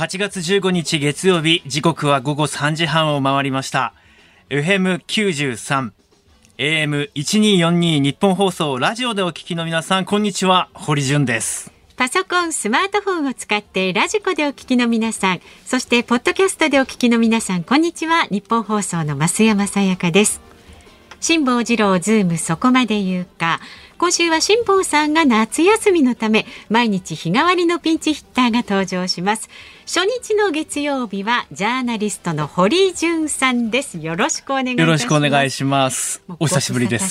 8月15日月曜日、時刻は午後3時半を回りました。 FM93 AM1242 日本放送ラジオでお聞きの皆さん、こんにちは、堀潤です。 パソコン、スマートフォンを使ってラジコでお聞きの皆さん、そしてポッドキャストでお聞きの皆さん、こんにちは。日本放送の増山さやかです。辛坊治郎ズームそこまで言うか。今週は辛坊さんが夏休みのため毎日日替わりのピンチヒッターが登場します。初日の月曜日はジャーナリストの堀潤さんです。よろしくお願いいたします。 よろしくお願いします。お久しぶりです。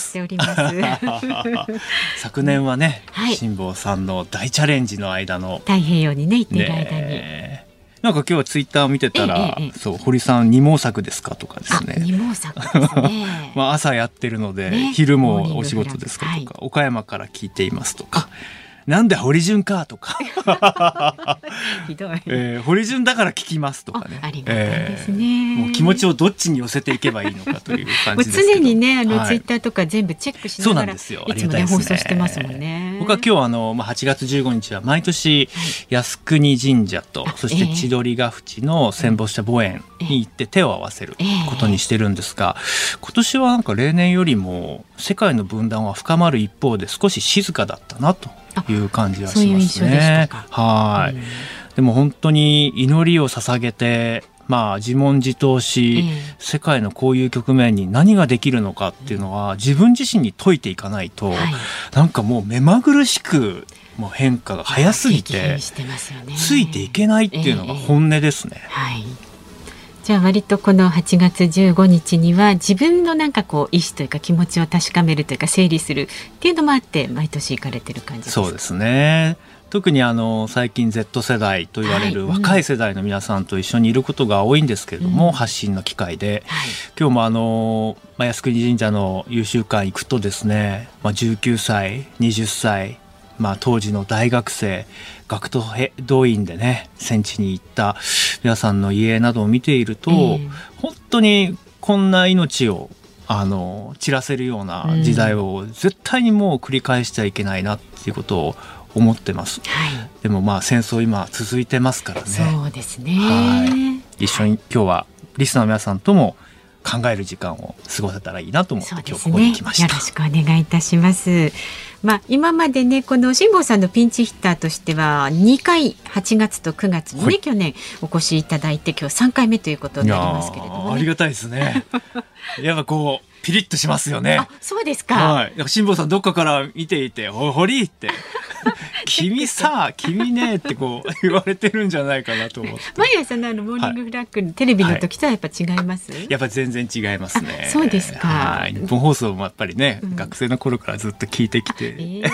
昨年はね、辛坊さんの大チャレンジの間の太平洋にね行っている間に、 なんか今日はツイッターを見てたら、そう、堀さん二毛作ですかとかですね。 二毛作ですね。 まあ朝やってるので、昼もお仕事ですかとか、岡山から聞いていますとか、なんで堀潤かとかひどい、 堀潤だから聞きますとかね。 ありがたいですね、 もう気持ちをどっちに寄せていけばいいのかという感じですけど、 常にねツイッターとか全部チェックしながら、いつもね放送してますもんね。 僕は今日8月15日は毎年靖国神社と、そして千鳥ヶ淵の戦没者墓苑に行って手を合わせることにしてるんですが、今年はなんか例年よりも世界の分断は深まる一方で少し静かだったなという感じはしますね。そういう印象でしたか。はい、でも本当に祈りを捧げて、自問自答し、世界のこういう局面に何ができるのかっていうのは自分自身に解いていかないと、なんかもう目まぐるしくもう変化が早すぎてついていけないっていうのが本音ですね。 じゃあ割とこの8月15日には自分のなんかこう意思というか気持ちを確かめるというか整理するっていうのもあって毎年行かれてる感じですか。 そうですね。特に最近 Z 世代と言われる若い世代の皆さんと一緒にいることが多いんですけれども、発信の機会で、今日も靖国神社の優秀館行くとですね、19歳20歳、当時の大学生、学徒動員でね戦地に行った皆さんの遺影などを見ていると、本当にこんな命を散らせるような時代を絶対にもう繰り返してはいけないなっていうことを思ってます。でも戦争今続いてますからね。 そうですね。 一緒に今日はリスナーの皆さんとも考える時間を過ごせたらいいなと思って今日ここに来ました。 よろしくお願いいたします。今までねこの辛坊さんのピンチヒッターとしては2回8月と9月にね、去年お越しいただいて今日3回目ということになりますけれども、 ありがたいですね。やっぱこうピリッとしますよね。 そうですか。 辛坊さんどっかから見ていて堀って君ねってこう言われてるんじゃないかなと思って。 毎朝のモーニングフラッグのテレビの時とはやっぱ違います？ やっぱ全然違いますね。 そうですか。 日本放送もやっぱりね、学生の頃からずっと聞いてきて、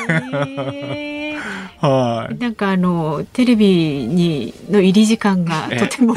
なんかテレビの入り時間がとても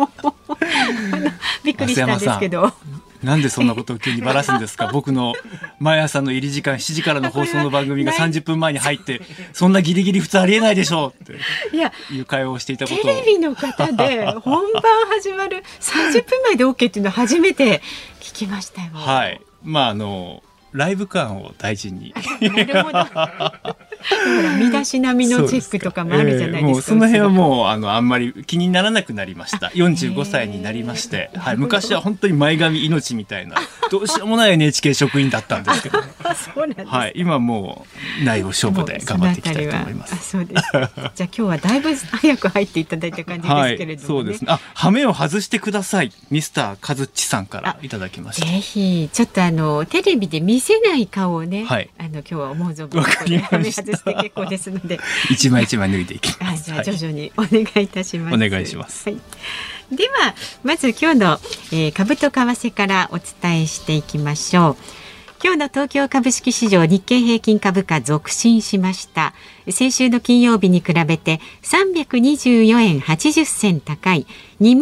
びっくりしたんですけど。 なんでそんなことを急にばらすんですか。僕の毎朝の入り時間7時からの放送の番組が30分前に入ってそんなギリギリ普通ありえないでしょうっていう会話をしていたことを、 テレビの方で本番始まる30分前で OK っていうのは初めて聞きましたよ。 ライブ感を大事に。 なるほど。身だしなみのチェックとかもあるじゃないですか。 もうその辺はもうあんまり気にならなくなりました。45歳になりまして、昔は本当に前髪命みたいなどうしようもない NHK 職員だったんですけど、 そうなんです、 今もう内容勝負で頑張っていきたいと思います。 そうです。じゃあ今日はだいぶ早く入っていただいた感じですけれども、 そうですね。羽目を外してください、ミスターカズッチさんからいただきました。 ぜひちょっとテレビで見せない顔をね、今日は思う存分羽目外して結構ですので一枚一枚脱いでいきます。 じゃあ徐々にお願いいたします。 お願いします。 ではまず今日の、株と為替からお伝えしていきましょう。今日の東京株式市場日経平均株価続伸しました。先週の金曜日に比べて324円80銭高い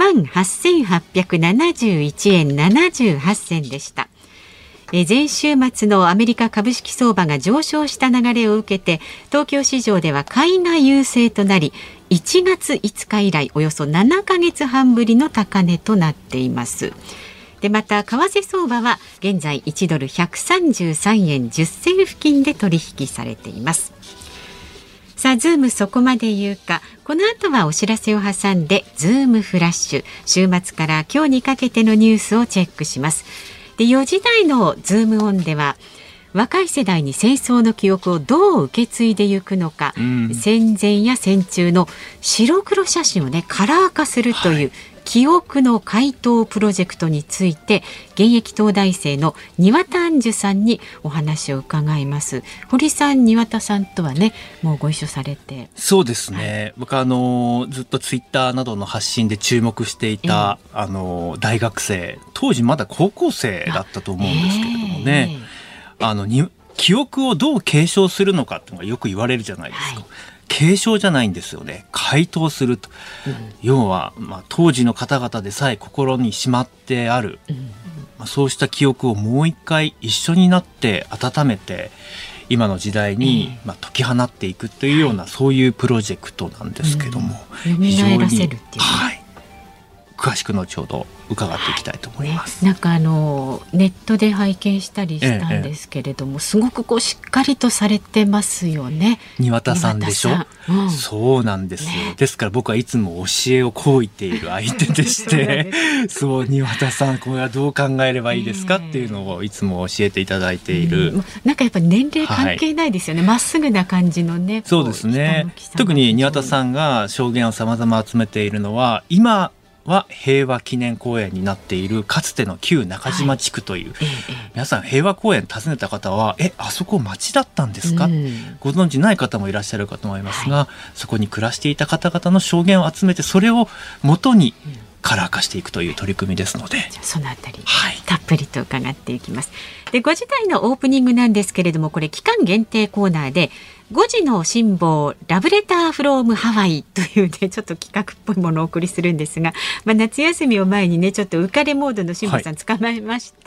28,871 円78銭でした。前週末のアメリカ株式相場が上昇した流れを受けて東京市場では買いが優勢となり1月5日以来およそ7ヶ月半ぶりの高値となっています。でまた為替相場は現在1ドル133円10銭付近で取引されています。 さあズームそこまで言うか、この後はお知らせを挟んでズームフラッシュ、週末から今日にかけてのニュースをチェックします。で4時台のズームオンでは若い世代に戦争の記憶をどう受け継いでいくのか、戦前や戦中の白黒写真をねカラー化するという、記憶の解答プロジェクトについて現役東大生の庭田杏樹さんにお話を伺います。堀さん、庭田さんとはねもうご一緒されて。 そうですね、僕はずっとツイッターなどの発信で注目していた、大学生、当時まだ高校生だったと思うんですけれどもね、記憶をどう継承するのかっていうのがよく言われるじゃないですか。継承じゃないんですよね、解凍すると、要は、当時の方々でさえ心にしまってある、そうした記憶をもう一回一緒になって温めて今の時代に、解き放っていくというような、そういうプロジェクトなんですけども、 非常にらせるっていう、 詳しく後ほど伺っていきたいと思います。 なんかネットで拝見したりしたんですけれども、すごくしっかりとされてますよね。 庭田さんでしょ、そうなんですよ、ですから僕はいつも教えを請いている相手でしてそう庭田さんこれはどう考えればいいですかっていうのをいつも教えていただいている、 なんかやっぱり年齢関係ないですよね、まっすぐな感じのね。 そうですね、特に庭田さんが証言をさまざま集めているのは、今は平和記念公園になっているかつての旧中島地区という、皆さん平和公園訪ねた方はあそこ町だったんですか、ご存知ない方もいらっしゃるかと思いますが、そこに暮らしていた方々の証言を集めてそれを元にカラー化していくという取り組みですので、 そのあたり、たっぷりと伺っていきます。で5時台のオープニングなんですけれども、これ期間限定コーナーで5時の辛抱ラブレターフロームハワイというねちょっと企画っぽいものをお送りするんですが、夏休みを前にねちょっと浮かれモードの辛抱さん捕まえまして、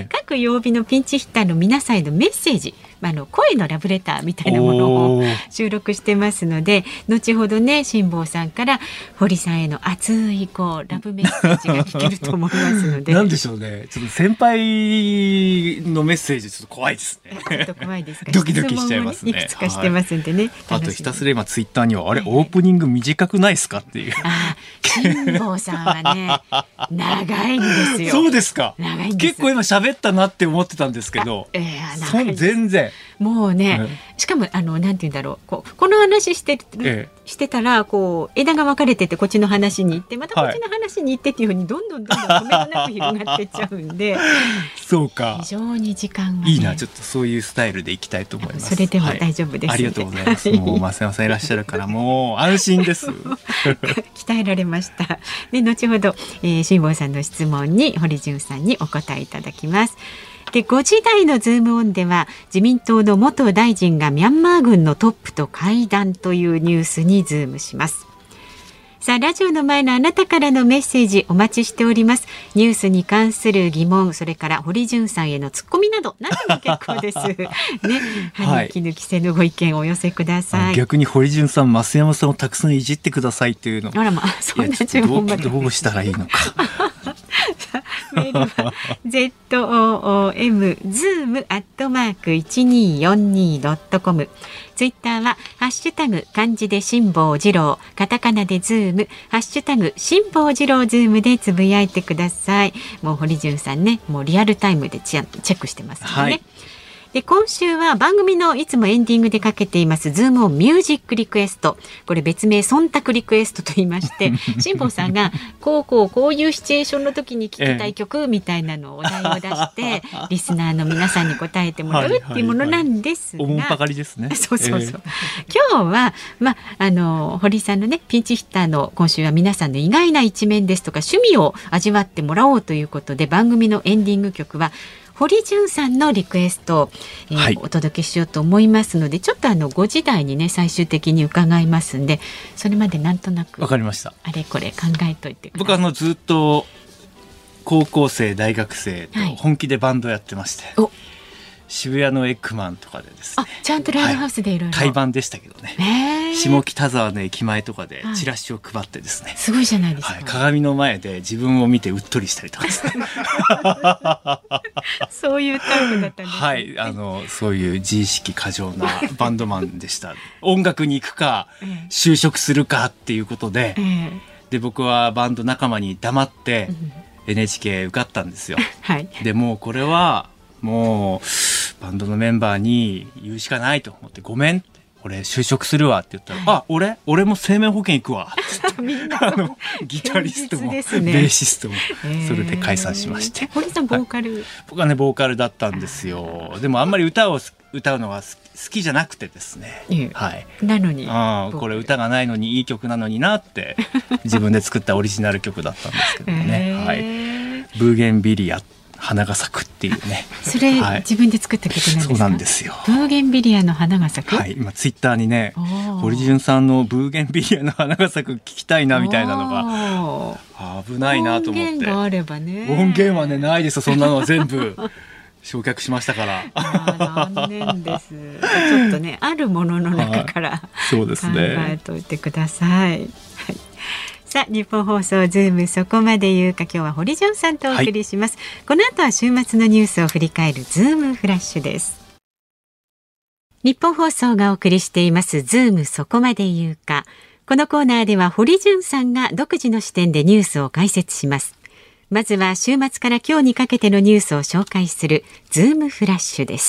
各曜日のピンチヒッターの皆さんへのメッセージ、声のラブレターみたいなものを収録してますので、後ほどね辛抱さんから堀さんへの熱いラブメッセージが聞けると思いますのでなんでしょうね、ちょっと先輩のメッセージちょっと怖いですね。 ちょっと怖いですか。 ドキドキしちゃいますね。 いくつかしてますんでね、 あとひたすら今ツイッターにはオープニング短くないですかっていう、 辛抱さんはね長いんですよ。 そうですか。 長いんです。 結構今喋ったなって思ってたんですけど、全然もうね、しかもなんて言うんだろう、この話してたら枝が分かれててこっちの話に行ってまたこっちの話に行ってっていう風にどんどん止めどなく広がってっちゃうんでそうか、 非常に時間が、 いいな、ちょっとそういうスタイルでいきたいと思います。 それでも大丈夫です、 ありがとうございます。もう増山さんいらっしゃるからもう安心です鍛えられました。で後ほど、辛坊さんの質問に堀潤さんにお答えいただきます。で5時台のズームオンでは自民党の元大臣がミャンマー軍のトップと会談というニュースにズームします。さあラジオの前のあなたからのメッセージお待ちしております。ニュースに関する疑問、それから堀潤さんへのツッコミなど何でも結構ですね。歯に衣着せぬご意見をお寄せください。 逆に堀潤さん、増山さんをたくさんいじってくださいっていうの、 あらそんな注文までどうしたらいいのかメールは zoom@1242.com、 ツイッターはハッシュタグ漢字で辛坊治郎、カタカナでズーム、ハッシュタグ辛坊治郎ズームでつぶやいてください。もう堀潤さんね、もうリアルタイムでチェックしてますからね。で今週は番組のいつもエンディングでかけていますズームオンミュージックリクエスト、これ別名忖度リクエストと言いまして辛坊さんがこういうシチュエーションの時に聴きたい曲みたいなのをお題を出してリスナーの皆さんに答えてもらうっていうものなんですが、 おもんぱかりですね。 そう、今日は、堀さんのねピンチヒッターの今週は皆さんの意外な一面ですとか趣味を味わってもらおうということで、番組のエンディング曲は堀潤さんのリクエストを、お届けしようと思いますので、ちょっと5時台にね最終的に伺いますんで、それまでなんとなくわかりました。 あれこれ考えといてください。 僕ずっと高校生大学生と本気でバンドやってまして、 渋谷のエッグマンとかでですね、 ちゃんとライブハウスでいろいろ対バンでしたけどね、下北沢の駅前とかでチラシを配ってですね、 すごいじゃないですか、 鏡の前で自分を見てうっとりしたりとかですねそういうタイプだったんですね。 はい、そういう自意識過剰なバンドマンでした音楽に行くか就職するかっていうことで、で僕はバンド仲間に黙って、NHK 受かったんですよ、でもうこれはもうバンドのメンバーに言うしかないと思って、ごめんって、俺就職するわって言ったら、俺も生命保険行くわギタリストも、ベーシストも、それで解散しまして。 堀さんボーカル、 僕はねボーカルだったんですよ。でもあんまり歌を歌うのが好きじゃなくてですね、 なのにこれ歌がないのにいい曲なのになって自分で作ったオリジナル曲だったんですけどね、ブーゲンビリア花が咲くっていうね、 それ、自分で作った曲なんですか？ そうなんですよ。 ブーゲンビリアの花が咲く、 今ツイッターにね、堀潤さんのブーゲンビリアの花が咲く聞きたいなみたいなのが危ないなと思って。 音源があればね。 音源はねないですよ、そんなのは全部焼却しましたから残念です。ちょっとね、あるものの中からそうですね、 考えておいてください。さあ、日本放送ズームそこまで言うか、今日は堀潤さんとお送りします、この後は週末のニュースを振り返るズームフラッシュです。日本放送がお送りしていますズームそこまで言うか。このコーナーでは堀潤さんが独自の視点でニュースを解説します。まずは週末から今日にかけてのニュースを紹介するズームフラッシュです。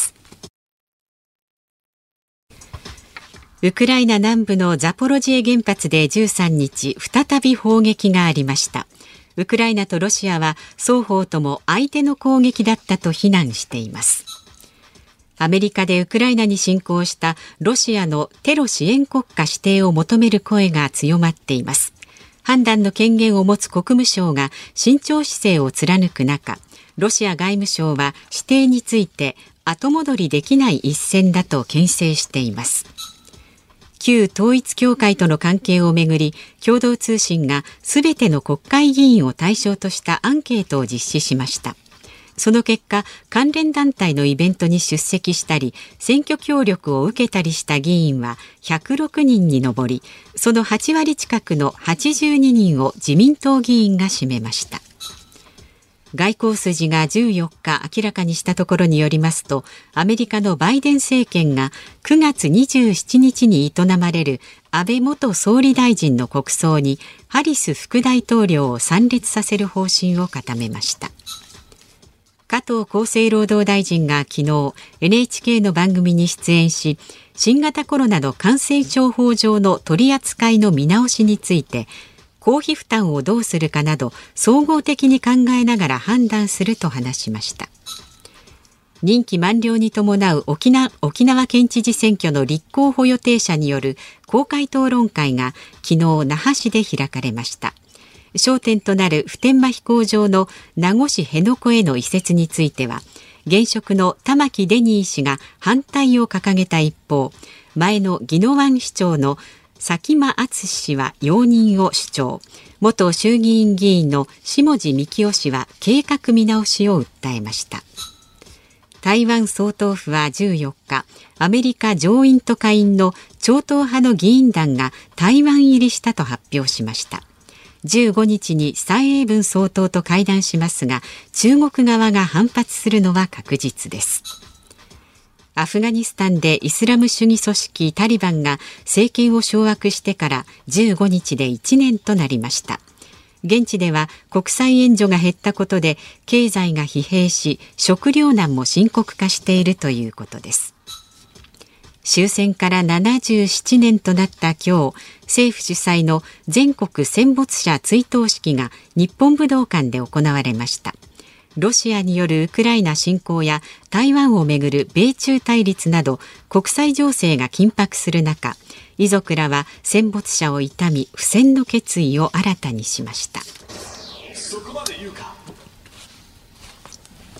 ウクライナ南部のザポロジエ原発で13日、再び砲撃がありました。ウクライナとロシアは双方とも相手の攻撃だったと非難しています。アメリカでウクライナに侵攻したロシアのテロ支援国家指定を求める声が強まっています。判断の権限を持つ国務省が慎重姿勢を貫く中、ロシア外務省は指定について後戻りできない一線だと牽制しています。旧統一教会との関係をめぐり、共同通信がすべての国会議員を対象としたアンケートを実施しました。その結果、関連団体のイベントに出席したり、選挙協力を受けたりした議員は106人に上り、その8割近くの82人を自民党議員が占めました。外交筋が14日明らかにしたところによりますと、アメリカのバイデン政権が9月27日に営まれる安倍元総理大臣の国葬にハリス副大統領を参列させる方針を固めました。加藤厚生労働大臣が昨日 NHK の番組に出演し、新型コロナの感染症法上の取り扱いの見直しについて、公費負担をどうするかなど総合的に考えながら判断すると話しました。任期満了に伴う沖縄県知事選挙の立候補予定者による公開討論会が昨日那覇市で開かれました。焦点となる普天間飛行場の名護市辺野古への移設については、現職の玉城デニー氏が反対を掲げた一方、前の宜野湾市長の佐喜眞敦氏は容認を主張、元衆議院議員の下地幹郎氏は計画見直しを訴えました。台湾総統府は14日、アメリカ上院と下院の超党派の議員団が台湾入りしたと発表しました。15日に蔡英文総統と会談しますが、中国側が反発するのは確実です。アフガニスタンでイスラム主義組織タリバンが政権を掌握してから15日で1年となりました。現地では国際援助が減ったことで経済が疲弊し、食糧難も深刻化しているということです。終戦から77年となった今日、政府主催の全国戦没者追悼式が日本武道館で行われました。ロシアによるウクライナ侵攻や台湾をめぐる米中対立など国際情勢が緊迫する中、遺族らは戦没者を悼み、不戦の決意を新たにしました。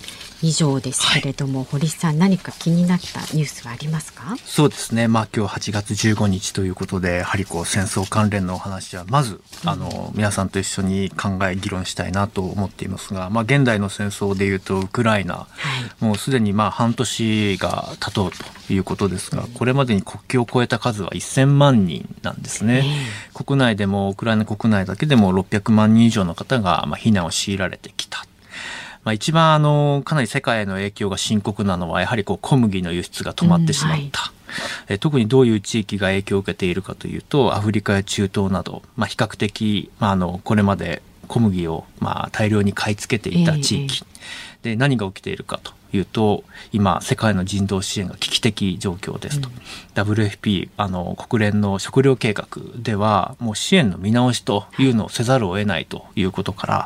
以上ですけれども、堀さん何か気になったニュースはありますか？ そうですね、今日8月15日ということで、やはり戦争関連のお話はまず皆さんと一緒に考え議論したいなと思っていますが、現代の戦争でいうとウクライナ、もうすでに半年が経とうということですが、これまでに国境を越えた数は1000万人なんですね。国内でもウクライナ国内だけでも600万人以上の方が避難を強いられてきた。一番かなり世界への影響が深刻なのはやはり小麦の輸出が止まってしまった、特にどういう地域が影響を受けているかというと、アフリカや中東など、比較的、これまで小麦を大量に買い付けていた地域、で何が起きているかというと、今世界の人道支援が危機的状況ですと、WFP 国連の食糧計画ではもう支援の見直しというのをせざるを得ないということから、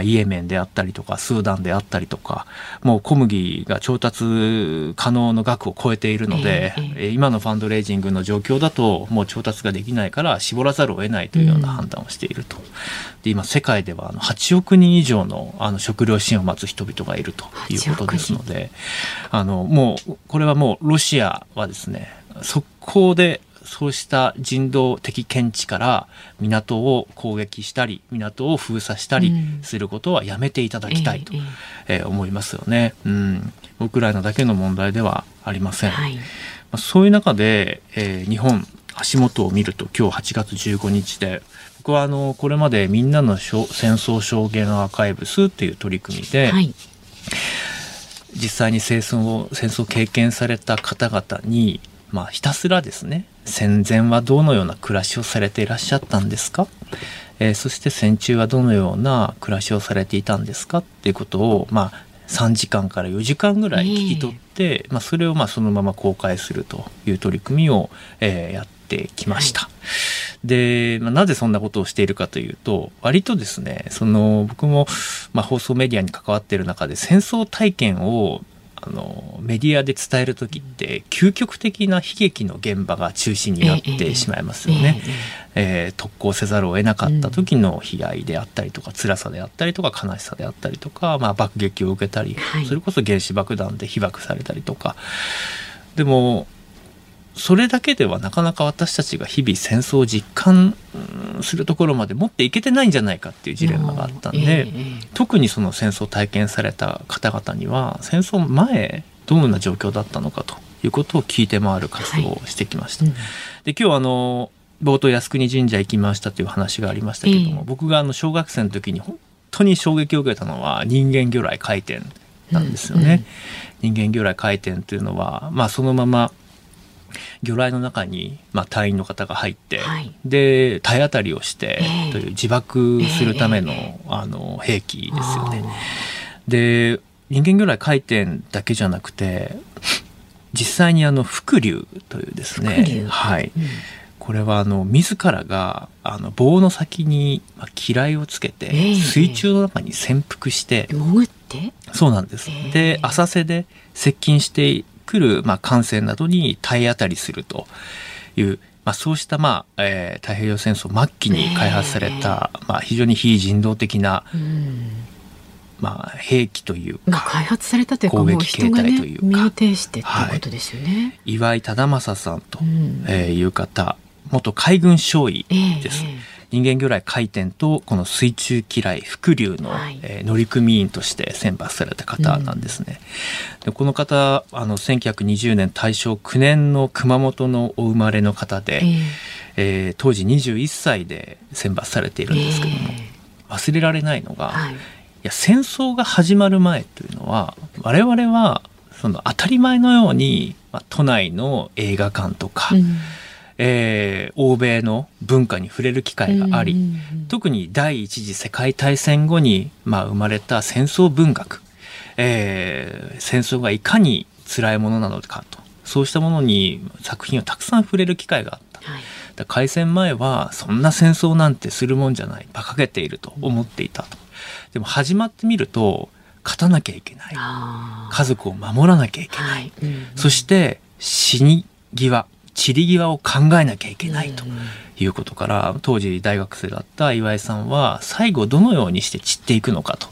イエメンであったりとかスーダンであったりとか、もう小麦が調達可能の額を超えているので、今のファンドレイジングの状況だともう調達ができないから絞らざるを得ないというような判断をしていると。で今世界では8億人以上の食料支援を待つ人々がいるということですので、もうこれはもうロシアはですね、速攻でそうした人道的見地から港を攻撃したり港を封鎖したりすることはやめていただきたいと、思いますよね。ウクライナだけの問題ではありません。そういう中で、日本足元を見ると今日8月15日で、僕はこれまでみんなの戦争証言アーカイブスっていう取り組みで、実際に戦争を経験された方々に、ひたすらですね、戦前はどのような暮らしをされていらっしゃったんですか、そして戦中はどのような暮らしをされていたんですかっていうことを、3時間から4時間ぐらい聞き取って、それをそのまま公開するという取り組みを、やってきました。で、なぜそんなことをしているかというと、割とですね、僕も、放送メディアに関わっている中で戦争体験をメディアで伝える時って究極的な悲劇の現場が中心になってしまいますよね。特攻せざるを得なかった時の悲哀であったりとか、辛さであったりとか、悲しさであったりとか、爆撃を受けたり、それこそ原子爆弾で被爆されたりとか。でもそれだけではなかなか私たちが日々戦争を実感するところまで持っていけてないんじゃないかっていうジレンマがあったんで、特にその戦争を体験された方々には戦争前どのような状況だったのかということを聞いて回る活動をしてきました。で今日冒頭靖国神社行きましたという話がありましたけども、僕が小学生の時に本当に衝撃を受けたのは人間魚雷回転なんですよね。人間魚雷回転というのは、そのまま魚雷の中に、隊員の方が入って、で体当たりをしてという自爆するための、兵器ですよね。で人間魚雷回転だけじゃなくて、実際に伏竜というですね、これは自らが棒の先に機雷をつけて、水中の中に潜伏して潜ってそうなんです。で浅瀬で接近してくる艦船などに体当たりするという、そうした、太平洋戦争末期に開発された、非常に非人道的な、兵器というか、 開発されたというか、 攻撃形態というか、 身を挺してっていうことですよね。 岩井忠正さんという方、元海軍少尉です。人間魚雷回転とこの水中機雷伏竜の、乗組員として選抜された方なんですね。でこの方1920年大正9年の熊本のお生まれの方で、当時21歳で選抜されているんですけども、忘れられないのが、いや戦争が始まる前というのは我々はその当たり前のように、都内の映画館とか、欧米の文化に触れる機会があり、特に第一次世界大戦後に、生まれた戦争文学、戦争がいかに辛いものなのかと、そうしたものに作品をたくさん触れる機会があった。だ開戦前はそんな戦争なんてするもんじゃない、馬鹿げていると思っていたと。でも始まってみると勝たなきゃいけない、家族を守らなきゃいけない、そして死に際散り際を考えなきゃいけないということから、当時大学生だった岩井さんは最後どのようにして散っていくのかと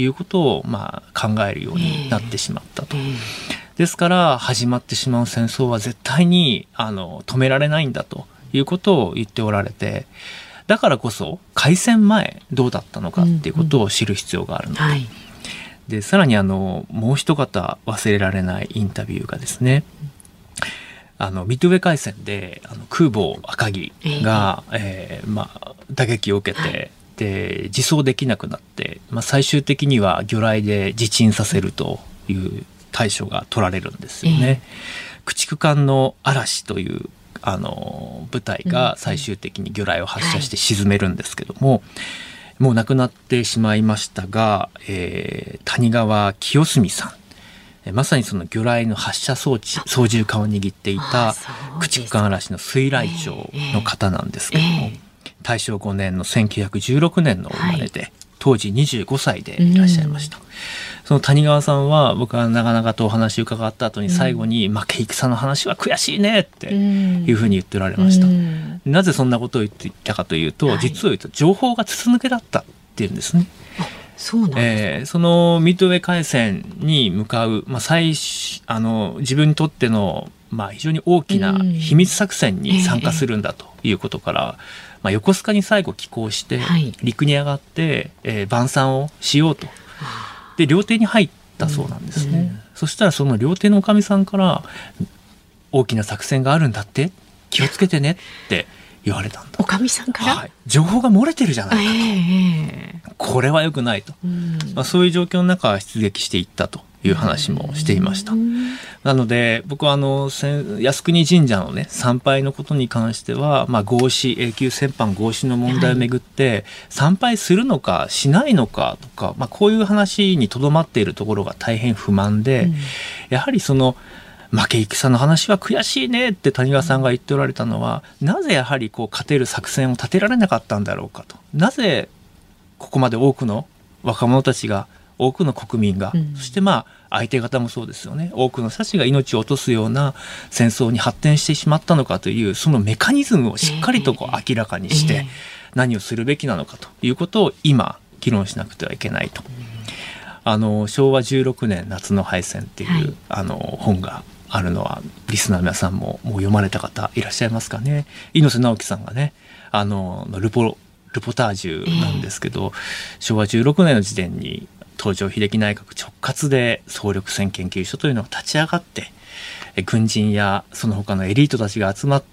いうことを考えるようになってしまったと。ですから始まってしまう戦争は絶対に止められないんだということを言っておられて、だからこそ開戦前どうだったのかっていうことを知る必要があるので、でさらにもう一方忘れられないインタビューがですね、ミッドウェー海戦で空母赤城が、打撃を受けて、で自走できなくなって、最終的には魚雷で自沈させるという対処が取られるんですよね。駆逐艦の嵐という部隊が最終的に魚雷を発射して沈めるんですけども、もう亡くなってしまいましたが、谷川清澄さん、まさにその魚雷の発射装置操縦桿を握っていた駆逐艦嵐の水雷長の方なんですけども、大正5年の1916年の生まれで、当時25歳でいらっしゃいました。その谷川さんは僕はなかなかとお話を伺った後に最後に、負け戦の話は悔しいねっていうふうに言っておられました。なぜそんなことを言っていたかというと、実を言うと情報が筒抜けだったっていうんですね。 そうなんですか。 そのミッドウェー海戦に向かう、自分にとっての、非常に大きな秘密作戦に参加するんだということから、横須賀に最後寄港して陸に上がって、晩餐をしようと。で料亭に入ったそうなんですね。そしたらその料亭のおかみさんから大きな作戦があるんだって気をつけてねって言われたんだ。 おかみさんから、 情報が漏れてるじゃないかと、これは良くないと、そういう状況の中出撃していったという話もしていました。なので僕は靖国神社のね参拝のことに関しては、合祀永久戦犯合祀の問題をめぐって、参拝するのかしないのかとか、こういう話にとどまっているところが大変不満で、やはりその負け戦の話は悔しいねって谷川さんが言っておられたのは、なぜやはり勝てる作戦を立てられなかったんだろうかと。なぜここまで多くの若者たちが、多くの国民が、そして相手方もそうですよね、多くの人たちが命を落とすような戦争に発展してしまったのかという、そのメカニズムをしっかりと明らかにして何をするべきなのかということを今議論しなくてはいけないと。昭和16年夏の敗戦っていう、本があるのはリスナーの皆さんもう読まれた方いらっしゃいますかね。猪瀬直樹さんがねルポタージュなんですけど、昭和16年の時点に東條英機内閣直轄で総力戦研究所というのが立ち上がって、軍人やその他のエリートたちが集まって、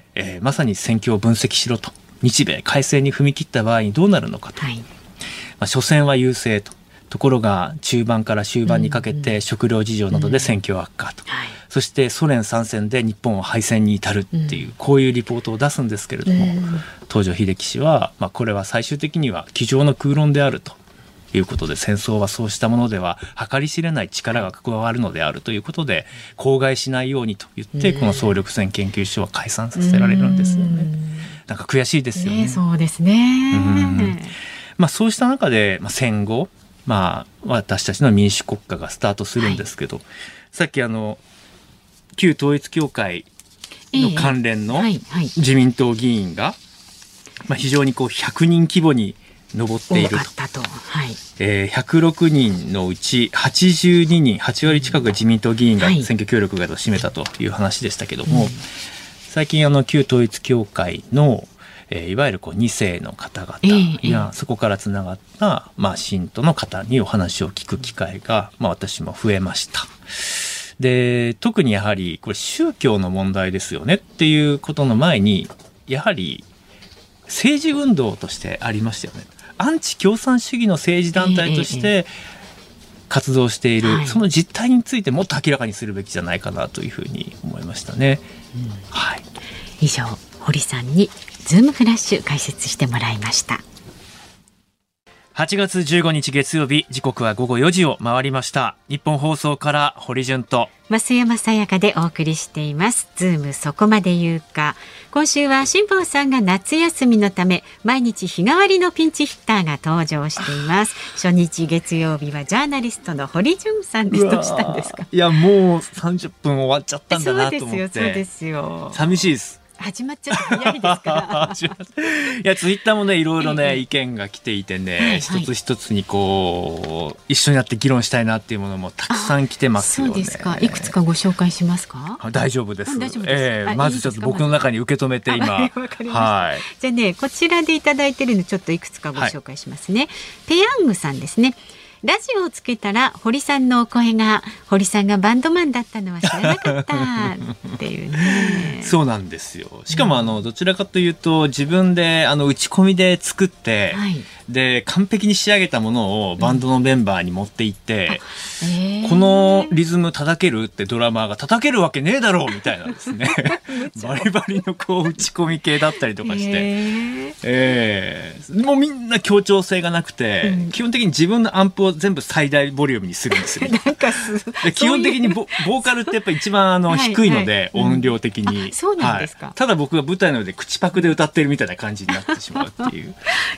まさに戦況を分析しろと、日米開戦に踏み切った場合にどうなるのかと、初戦は優勢ところが中盤から終盤にかけて食料事情などで戦況悪化と、そしてソ連参戦で日本は敗戦に至るっていう、こういうリポートを出すんですけれども、東條英機氏は、これは最終的には机上の空論であるということで、戦争はそうしたものでは計り知れない力が加わるのであるということで、口外しないようにと言ってこの総力戦研究所は解散させられるんですよね。なんか悔しいですよね。 そうですね。 そうした中で、戦後、私たちの民主国家がスタートするんですけど、さっき旧統一教会の関連の自民党議員が、非常に100人規模に上っていると。106人のうち82人、8割近くが自民党議員が選挙協力が占めたという話でしたけども、最近旧統一教会のいわゆる2世の方々や、そこからつながった信徒の方にお話を聞く機会が、私も増えました。で、特にやはりこれ宗教の問題ですよねっていうことの前に、やはり政治運動としてありましたよね。アンチ共産主義の政治団体として活動している、その実態についてもっと明らかにするべきじゃないかなというふうに思いましたね。 以上、堀さんにズームフラッシュ解説してもらいました。 8月15日月曜日、時刻は午後4時を回りました。日本放送から堀潤と増山さやかでお送りしています。ズームそこまで言うか。今週は辛坊さんが夏休みのため毎日日替わりのピンチヒッターが登場しています。初日月曜日はジャーナリストの堀潤さんです。どうしたんですか？ いや、もう30分終わっちゃったんだなと思って。 そうですよ。 寂しいです。 始まっちゃって早いですからいやツイッターもねいろいろね、意見が来ていてね、一つ一つにこう一緒になって議論したいなっていうものもたくさん来てますよね。 そうですか。いくつかご紹介しますか。 大丈夫です。 大丈夫です。 まずちょっと僕の中に受け止めて今はい、じゃあねこちらでいただいているのちょっといくつかご紹介しますね。ペヤングさんですね。ラジオをつけたら堀さんのお声が、堀さんがバンドマンだったのは知らなかったっていうね。 そうなんですよ。しかもどちらかというと自分で打ち込みで作って、で完璧に仕上げたものをバンドのメンバーに持っていって、このリズム叩けるってドラマーが叩けるわけねえだろうみたいなですねバリバリのこう打ち込み系だったりとかして、もうみんな協調性がなくて、基本的に自分のアンプを全部最大ボリュームにするんですよ。で基本的にボーカルってやっぱり一番低いので、音量的に。 そうなんですか。 ただ僕が舞台の上で口パクで歌ってるみたいな感じになってしまうっていう。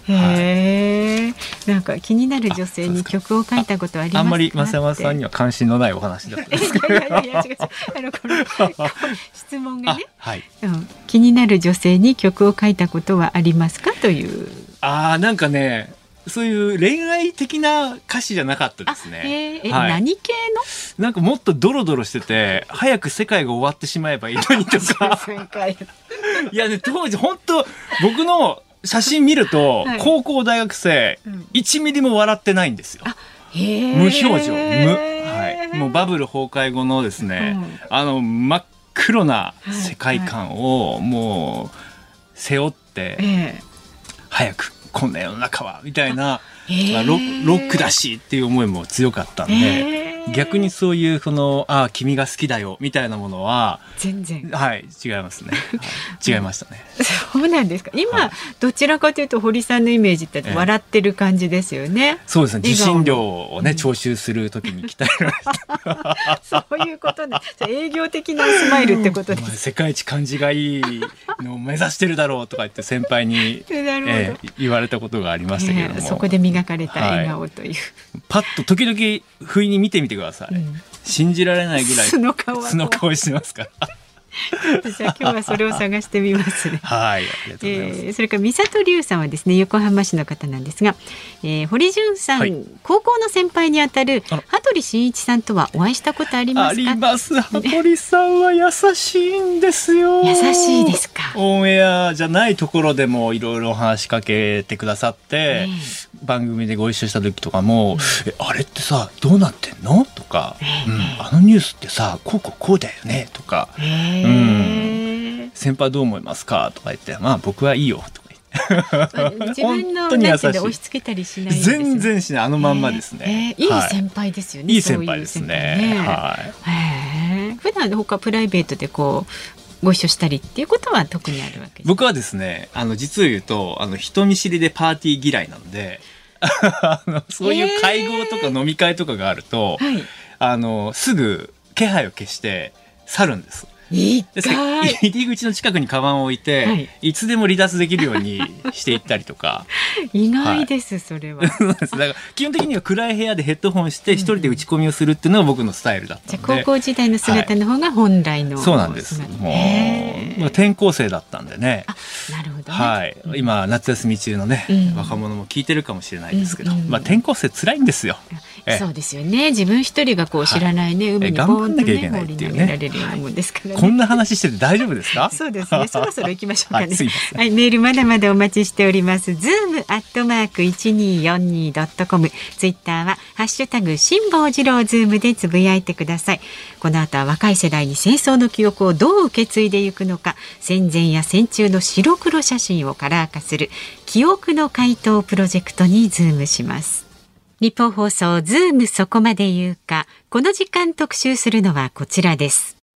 なんか気になる女性に曲を書いたことはありますか。 あんまり増山さんには関心のないお話だったんですけど。 違うこの質問がね、気になる女性に曲を書いたことはありますかという。 なんかねそういう恋愛的な歌詞じゃなかったですね。 何系の？ なんかもっとドロドロしてて早く世界が終わってしまえばいいのにとかいやね当時本当僕の写真見ると、高校大学生、1ミリも笑ってないんですよ。無表情もうバブル崩壊後のですね、真っ黒な世界観をもう背負って、早くこんな世の中はみたいな、ロックだしっていう思いも強かったんで、逆にそういう君が好きだよみたいなものは全然違いますね。違いましたね。 そうなんですか。今、どちらかというと堀さんのイメージって笑ってる感じですよね。 そうですね。受信料をね徴収するときに鍛えられたそういうことね。営業的なスマイルってことです。 世界一感じがいいのを目指してるだろうとか言って先輩に言われたことがありましたけれども、 そこで磨かれた笑顔という、 パッと時々不意に見てみてください。信じられないぐらい素の顔してますから私は今日はそれを探してみますね。 ありがとうございます。 それから三里龍さんはですね横浜市の方なんですが、堀潤さん、高校の先輩にあたる羽鳥慎一さんとはお会いしたことありますか。 あります。羽鳥さんは優しいんですよ。 優しいですか。 オンエアじゃないところでもいろいろお話しかけてくださって、番組でご一緒した時とかも、あれってさどうなってんのとか、あのニュースってさこうだよねとか、先輩どう思いますかとか言って、僕はいいよとか言って自分のなんて押し付けたりしないんですよ。 全然しない。あのまんまですね。 いい先輩ですよね。 いい先輩ですね。 普段他プライベートでこうご一緒したりっていうことは特にあるわけですか。 僕はですね実を言うと人見知りでパーティー嫌いなのでそういう会合とか飲み会とかがあると、すぐ気配を消して去るんです。入り口の近くにカバンを置いて、いつでも離脱できるようにしていったりとか意外です、それは。だから基本的には暗い部屋でヘッドホンして一人で打ち込みをするっていうのが僕のスタイルだったので、 じゃあ高校時代の姿の方が本来の、 そうなんです。もう転校生だったんでね。 なるほどね。 今夏休み中のね、若者も聞いてるかもしれないですけど、転校生辛いんですよ。 そうですよね。自分一人がこう知らないね、海にボーンとね放り投げられるようなもんですからね。 こんな話してて大丈夫ですか。 そうですね。そろそろ行きましょうかね。メールまだまだお待ちしております。zoom@1242.com、ツイッターはハッシュタグ辛坊治郎ズームでつぶやいてください。この後は若い世代に戦争の記憶をどう受け継いでいくのか、戦前や戦中の白黒写真をカラー化する記憶の回答プロジェクトにズームします。日本放送ズームそこまで言うか。この時間特集するのはこちらです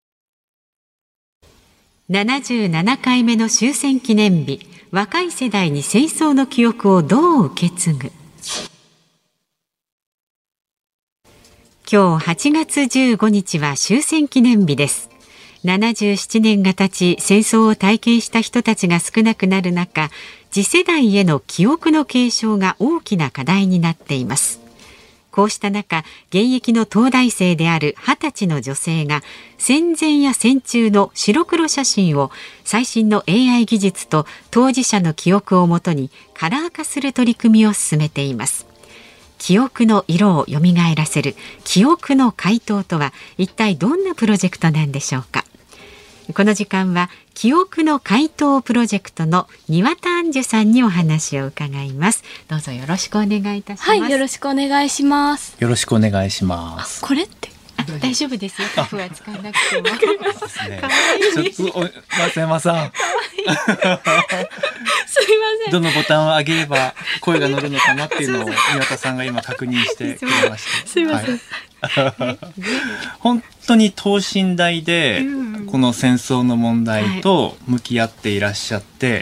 。77回目の終戦記念日、若い世代に戦争の記憶をどう受け継ぐ。今日8月15日は終戦記念日です。77年が経ち、戦争を体験した人たちが少なくなる中、次世代への記憶の継承が大きな課題になっています。 こうした中、現役の東大生である20歳の女性が戦前や戦中の白黒写真を最新の AI 技術と当事者の記憶をもとにカラー化する取り組みを進めています。記憶の色を蘇らせる記憶の解凍とは一体どんなプロジェクトなんでしょうか。この時間は記憶の解凍プロジェクトの庭田杏樹さんにお話を伺います。どうぞよろしくお願いいたします。 はい、よろしくお願いします。 よろしくお願いします。 これって大丈夫ですよ。カフは使わなくても。 ちょっと松山さんすいません。 どのボタンを上げれば声が乗るのかなっていうのを宮田さんが今確認してくれました。 すいません。 はい、本当に等身大でこの戦争の問題と向き合っていらっしゃって、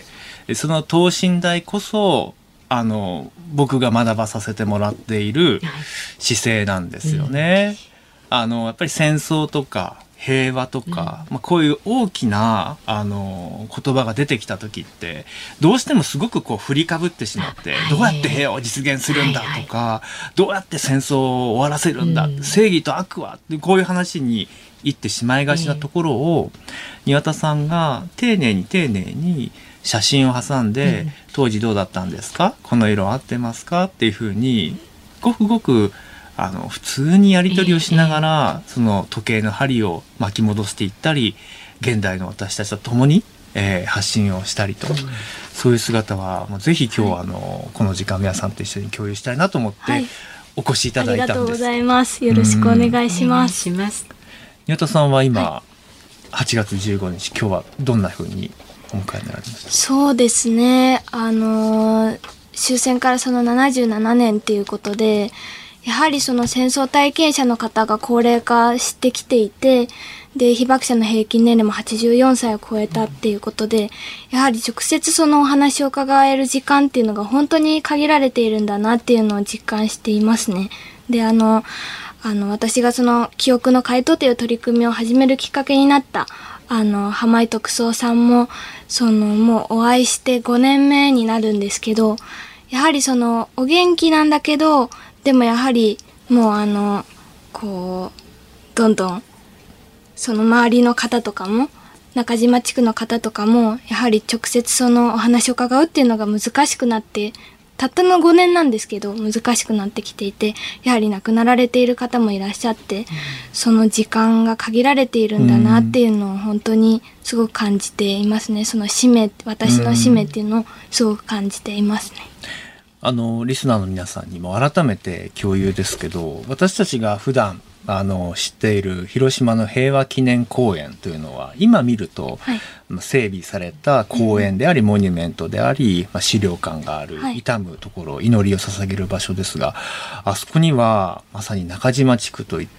その等身大こそ僕が学ばさせてもらっている姿勢なんですよね。やっぱり戦争とか平和とか、こういう大きな言葉が出てきた時ってどうしてもすごくこう振りかぶってしまって、どうやって平和を実現するんだとか、どうやって戦争を終わらせるんだ、正義と悪はってこういう話に行ってしまいがちなところを、庭田さんが丁寧に写真を挟んで、当時どうだったんですか、この色合ってますかっていうふうにごくごく普通にやり取りをしながら、その時計の針を巻き戻していったり、現代の私たちと共に、発信をしたりと、そういう姿はもうぜひ今日はこの時間皆さんと一緒に共有したいなと思ってお越しいただいたんです。 ありがとうございます。よろしくお願いします。 宮田さんは今、8月15日今日はどんな風にお迎えになられました？ そうですね、終戦からその77年っていうことで、やはりその戦争体験者の方が高齢化してきていて、で被爆者の平均年齢も84歳を超えたっていうことで、やはり直接そのお話を伺える時間っていうのが本当に限られているんだなっていうのを実感していますね。で私がその記憶の解凍という取り組みを始めるきっかけになった浜井徳三さんももうお会いして5年目になるんですけど、やはりそのお元気なんだけど、でもやはりもうどんどんその周りの方とかも、中島地区の方とかもやはり直接そのお話を伺うっていうのが難しくなって、たったの5年なんですけど難しくなってきていて、やはり亡くなられている方もいらっしゃって、その時間が限られているんだなっていうのを本当にすごく感じていますね。その使命、私の使命っていうのをすごく感じていますね。 リスナーの皆さんにも改めて共有ですけど、私たちが普段知っている広島の平和記念公園というのは今見ると、整備された公園であり、モニュメントであり、資料館がある、悼むところ、祈りを捧げる場所ですが、あそこにはまさに中島地区といって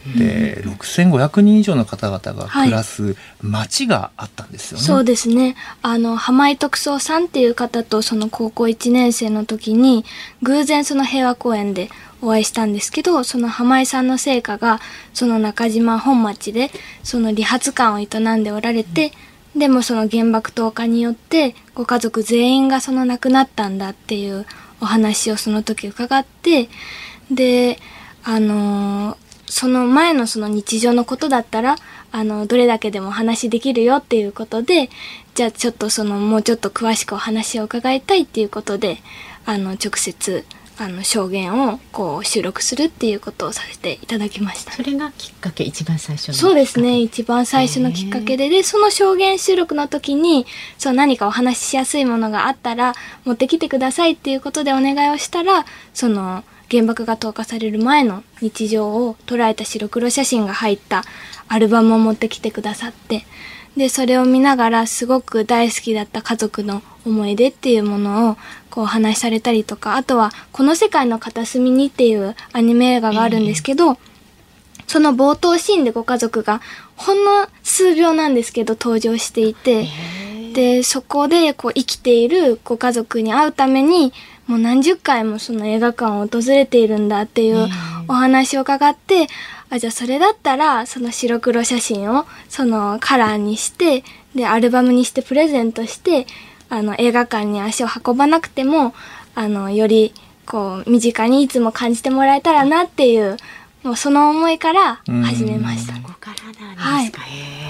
、6500人以上の方々が暮らす町があったんですよね。 そうですね。浜井徳三さんっていう方とその高校1年生の時に偶然その平和公園でお会いしたんですけど、その浜井さんの生家がその中島本町でその理髪館を営んでおられて、でもその原爆投下によってご家族全員がその亡くなったんだっていうお話をその時伺って、でその前のその日常のことだったらどれだけでもお話できるよっていうことで、じゃあちょっともうちょっと詳しくお話を伺いたいっていうことで直接証言を収録するっていうことをさせていただきました。 それがきっかけ、一番最初の。 そうですね、一番最初のきっかけで、その証言収録の時に何かお話ししやすいものがあったら持ってきてくださいっていうことでお願いをしたら、原爆が投下される前の日常を捉えた白黒写真が入ったアルバムを持ってきてくださって、でそれを見ながらすごく大好きだった家族の思い出っていうものをお話しされたりとか、あとはこの世界の片隅にっていうアニメ映画があるんですけど、その冒頭シーンでご家族がほんの数秒なんですけど登場していて、でそこで生きているご家族に会うためにもう何十回もその映画館を訪れているんだっていうお話を伺って、じゃあそれだったらその白黒写真をカラーにして、でアルバムにしてプレゼントして、映画館に足を運ばなくてもよりこう身近にいつも感じてもらえたらなっていう、もうその思いから始めました。 ここからなんですか。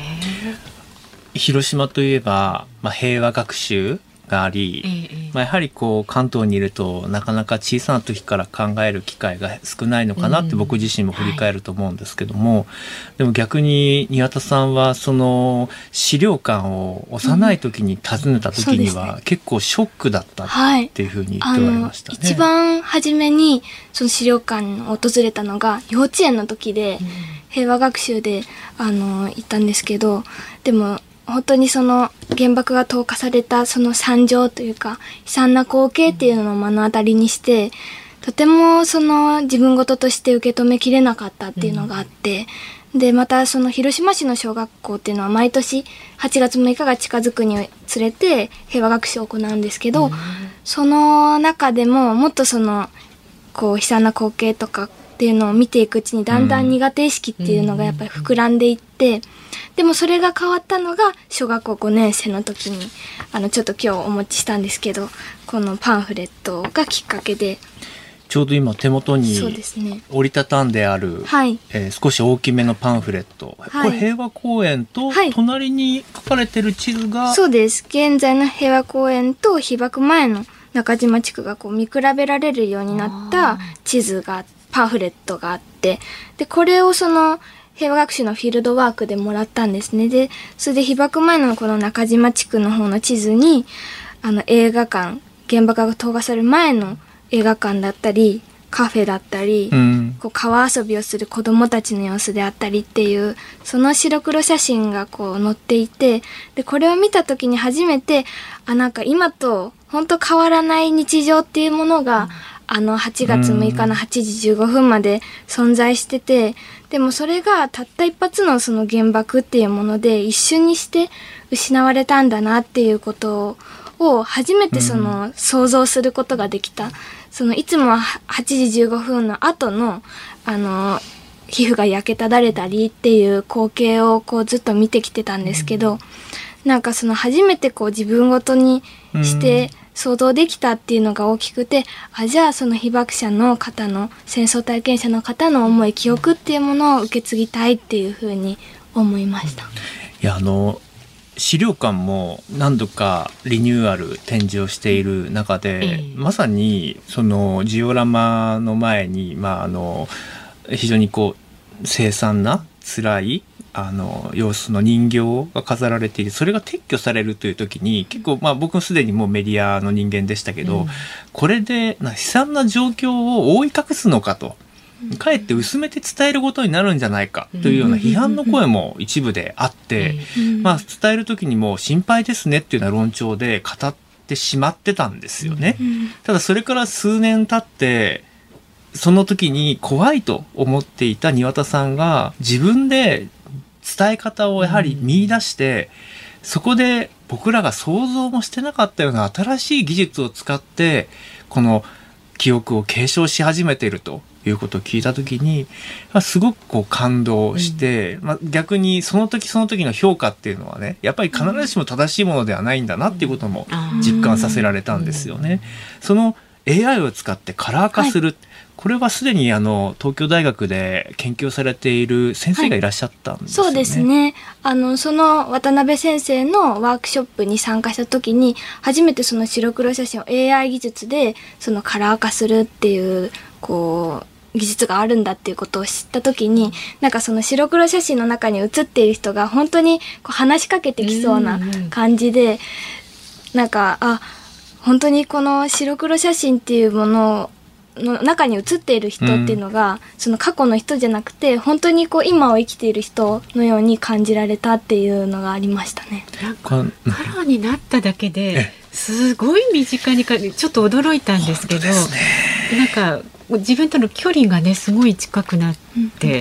広島といえば、平和学習があり、やはりこう関東にいるとなかなか小さな時から考える機会が少ないのかなって僕自身も振り返ると思うんですけども、でも逆に庭田さんはその資料館を幼い時に訪ねた時には結構ショックだったっていうふうに言っておられましたね。 一番初めにその資料館を訪れたのが幼稚園の時で、平和学習で行ったんですけど、でも本当にその原爆が投下されたその惨状というか悲惨な光景っていうのを目の当たりにして、とてもその自分事として受け止めきれなかったっていうのがあって、でまたその広島市の小学校っていうのは毎年8月6日が近づくにつれて平和学習を行うんですけど、その中でももっとそのこう悲惨な光景とかっていうのを見ていくうちにだんだん苦手意識っていうのがやっぱり膨らんでいって、でもそれが変わったのが小学校5年生の時にちょっと今日お持ちしたんですけど、このパンフレットがきっかけで、 ちょうど今手元に折りたたんである、少し大きめのパンフレット、これ平和公園と隣に書かれてる地図が、 そうです。現在の平和公園と被爆前の中島地区がこう見比べられるようになった地図が、パンフレットがあって、でこれをその平和学習のフィールドワークでもらったんですね。でそれで被爆前のこの中島地区の方の地図に映画館、原爆が投下される前の映画館だったりカフェだったり、こう川遊びをする子どもたちの様子であったりっていう、その白黒写真がこう載っていて、でこれを見た時に初めてなんか今と本当変わらない日常っていうものが、8月6日の8時15分まで存在してて、でもそれがたった一発のその原爆っていうもので一瞬にして失われたんだなっていうことを初めてその想像することができた。そのいつもは8時15分の後の皮膚が焼けただれたりっていう光景をこうずっと見てきてたんですけど、なんかその初めてこう自分ごとにして想像できたっていうのが大きくて、じゃあその被爆者の方の、戦争体験者の方の思い、記憶っていうものを受け継ぎたいっていうふうに思いました。 いや資料館も何度かリニューアル展示をしている中で、まさにそのジオラマの前に、非常にこう凄惨な辛い様子の人形が飾られている、それが撤去されるという時に結構、僕もすでにもうメディアの人間でしたけど、これで悲惨な状況を覆い隠すのかと、かえって薄めて伝えることになるんじゃないかというような批判の声も一部であって、伝える時にも心配ですねっていうような論調で語ってしまってたんですよね。ただそれから数年経ってその時に怖いと思っていた庭田さんが自分で伝え方をやはり見出して、そこで僕らが想像もしてなかったような新しい技術を使ってこの記憶を継承し始めているということを聞いたときに、すごくこう感動して、逆にその時その時の評価っていうのはね、やっぱり必ずしも正しいものではないんだなっていうことも実感させられたんですよね。その AI を使ってカラー化する、これはすでに東京大学で研究されている先生がいらっしゃったんですよね。 そうですね。その渡辺先生のワークショップに参加した時に初めてその白黒写真を AI 技術でそのカラー化するっていう技術があるんだっていうことを知った時に、なんかその白黒写真の中に写っている人が本当に話しかけてきそうな感じで、なんか本当にこの白黒写真っていうものの中に写っている人っていうのが、その過去の人じゃなくて本当に今を生きている人のように感じられたっていうのがありましたね。 なんかカラーになっただけですごい身近にちょっと驚いたんですけど、なんか自分との距離がねすごい近くなって、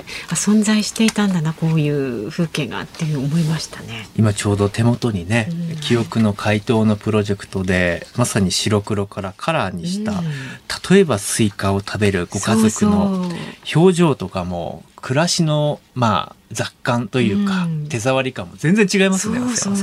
存在していたんだなこういう風景がっていう思いましたね。 今ちょうど手元にね、記憶の解凍のプロジェクトでまさに白黒からカラーにした、例えばスイカを食べるご家族の表情とかも暮らしの雑感というか、手触り感も全然違いますね。 そう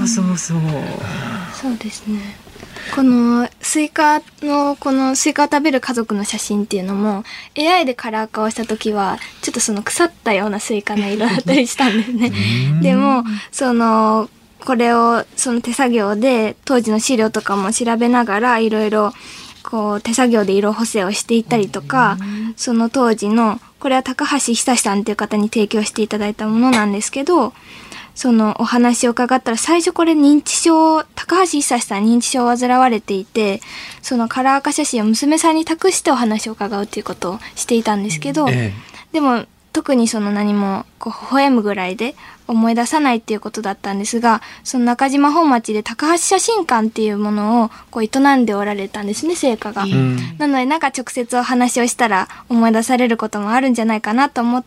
ですね。このスイカを食べる家族の写真っていうのも AI でカラー化をした時はちょっとその腐ったようなスイカの色だったりしたんですね。でもこれをその手作業で当時の資料とかも調べながらいろいろこう手作業で色補正をしていったりとか、その当時のこれは高橋久さんっていう方に提供していただいたものなんですけど、そのお話を伺ったら最初これ高橋久さん認知症を患われていて、そのカラー化写真を娘さんに託してお話を伺うということをしていたんですけど、でも特にその何も微笑むぐらいで思い出さないっていうことだったんですが、その中島本町で高橋写真館っていうものを営んでおられたんですね、製菓が。なので直接お話をしたら思い出されることもあるんじゃないかなと思って、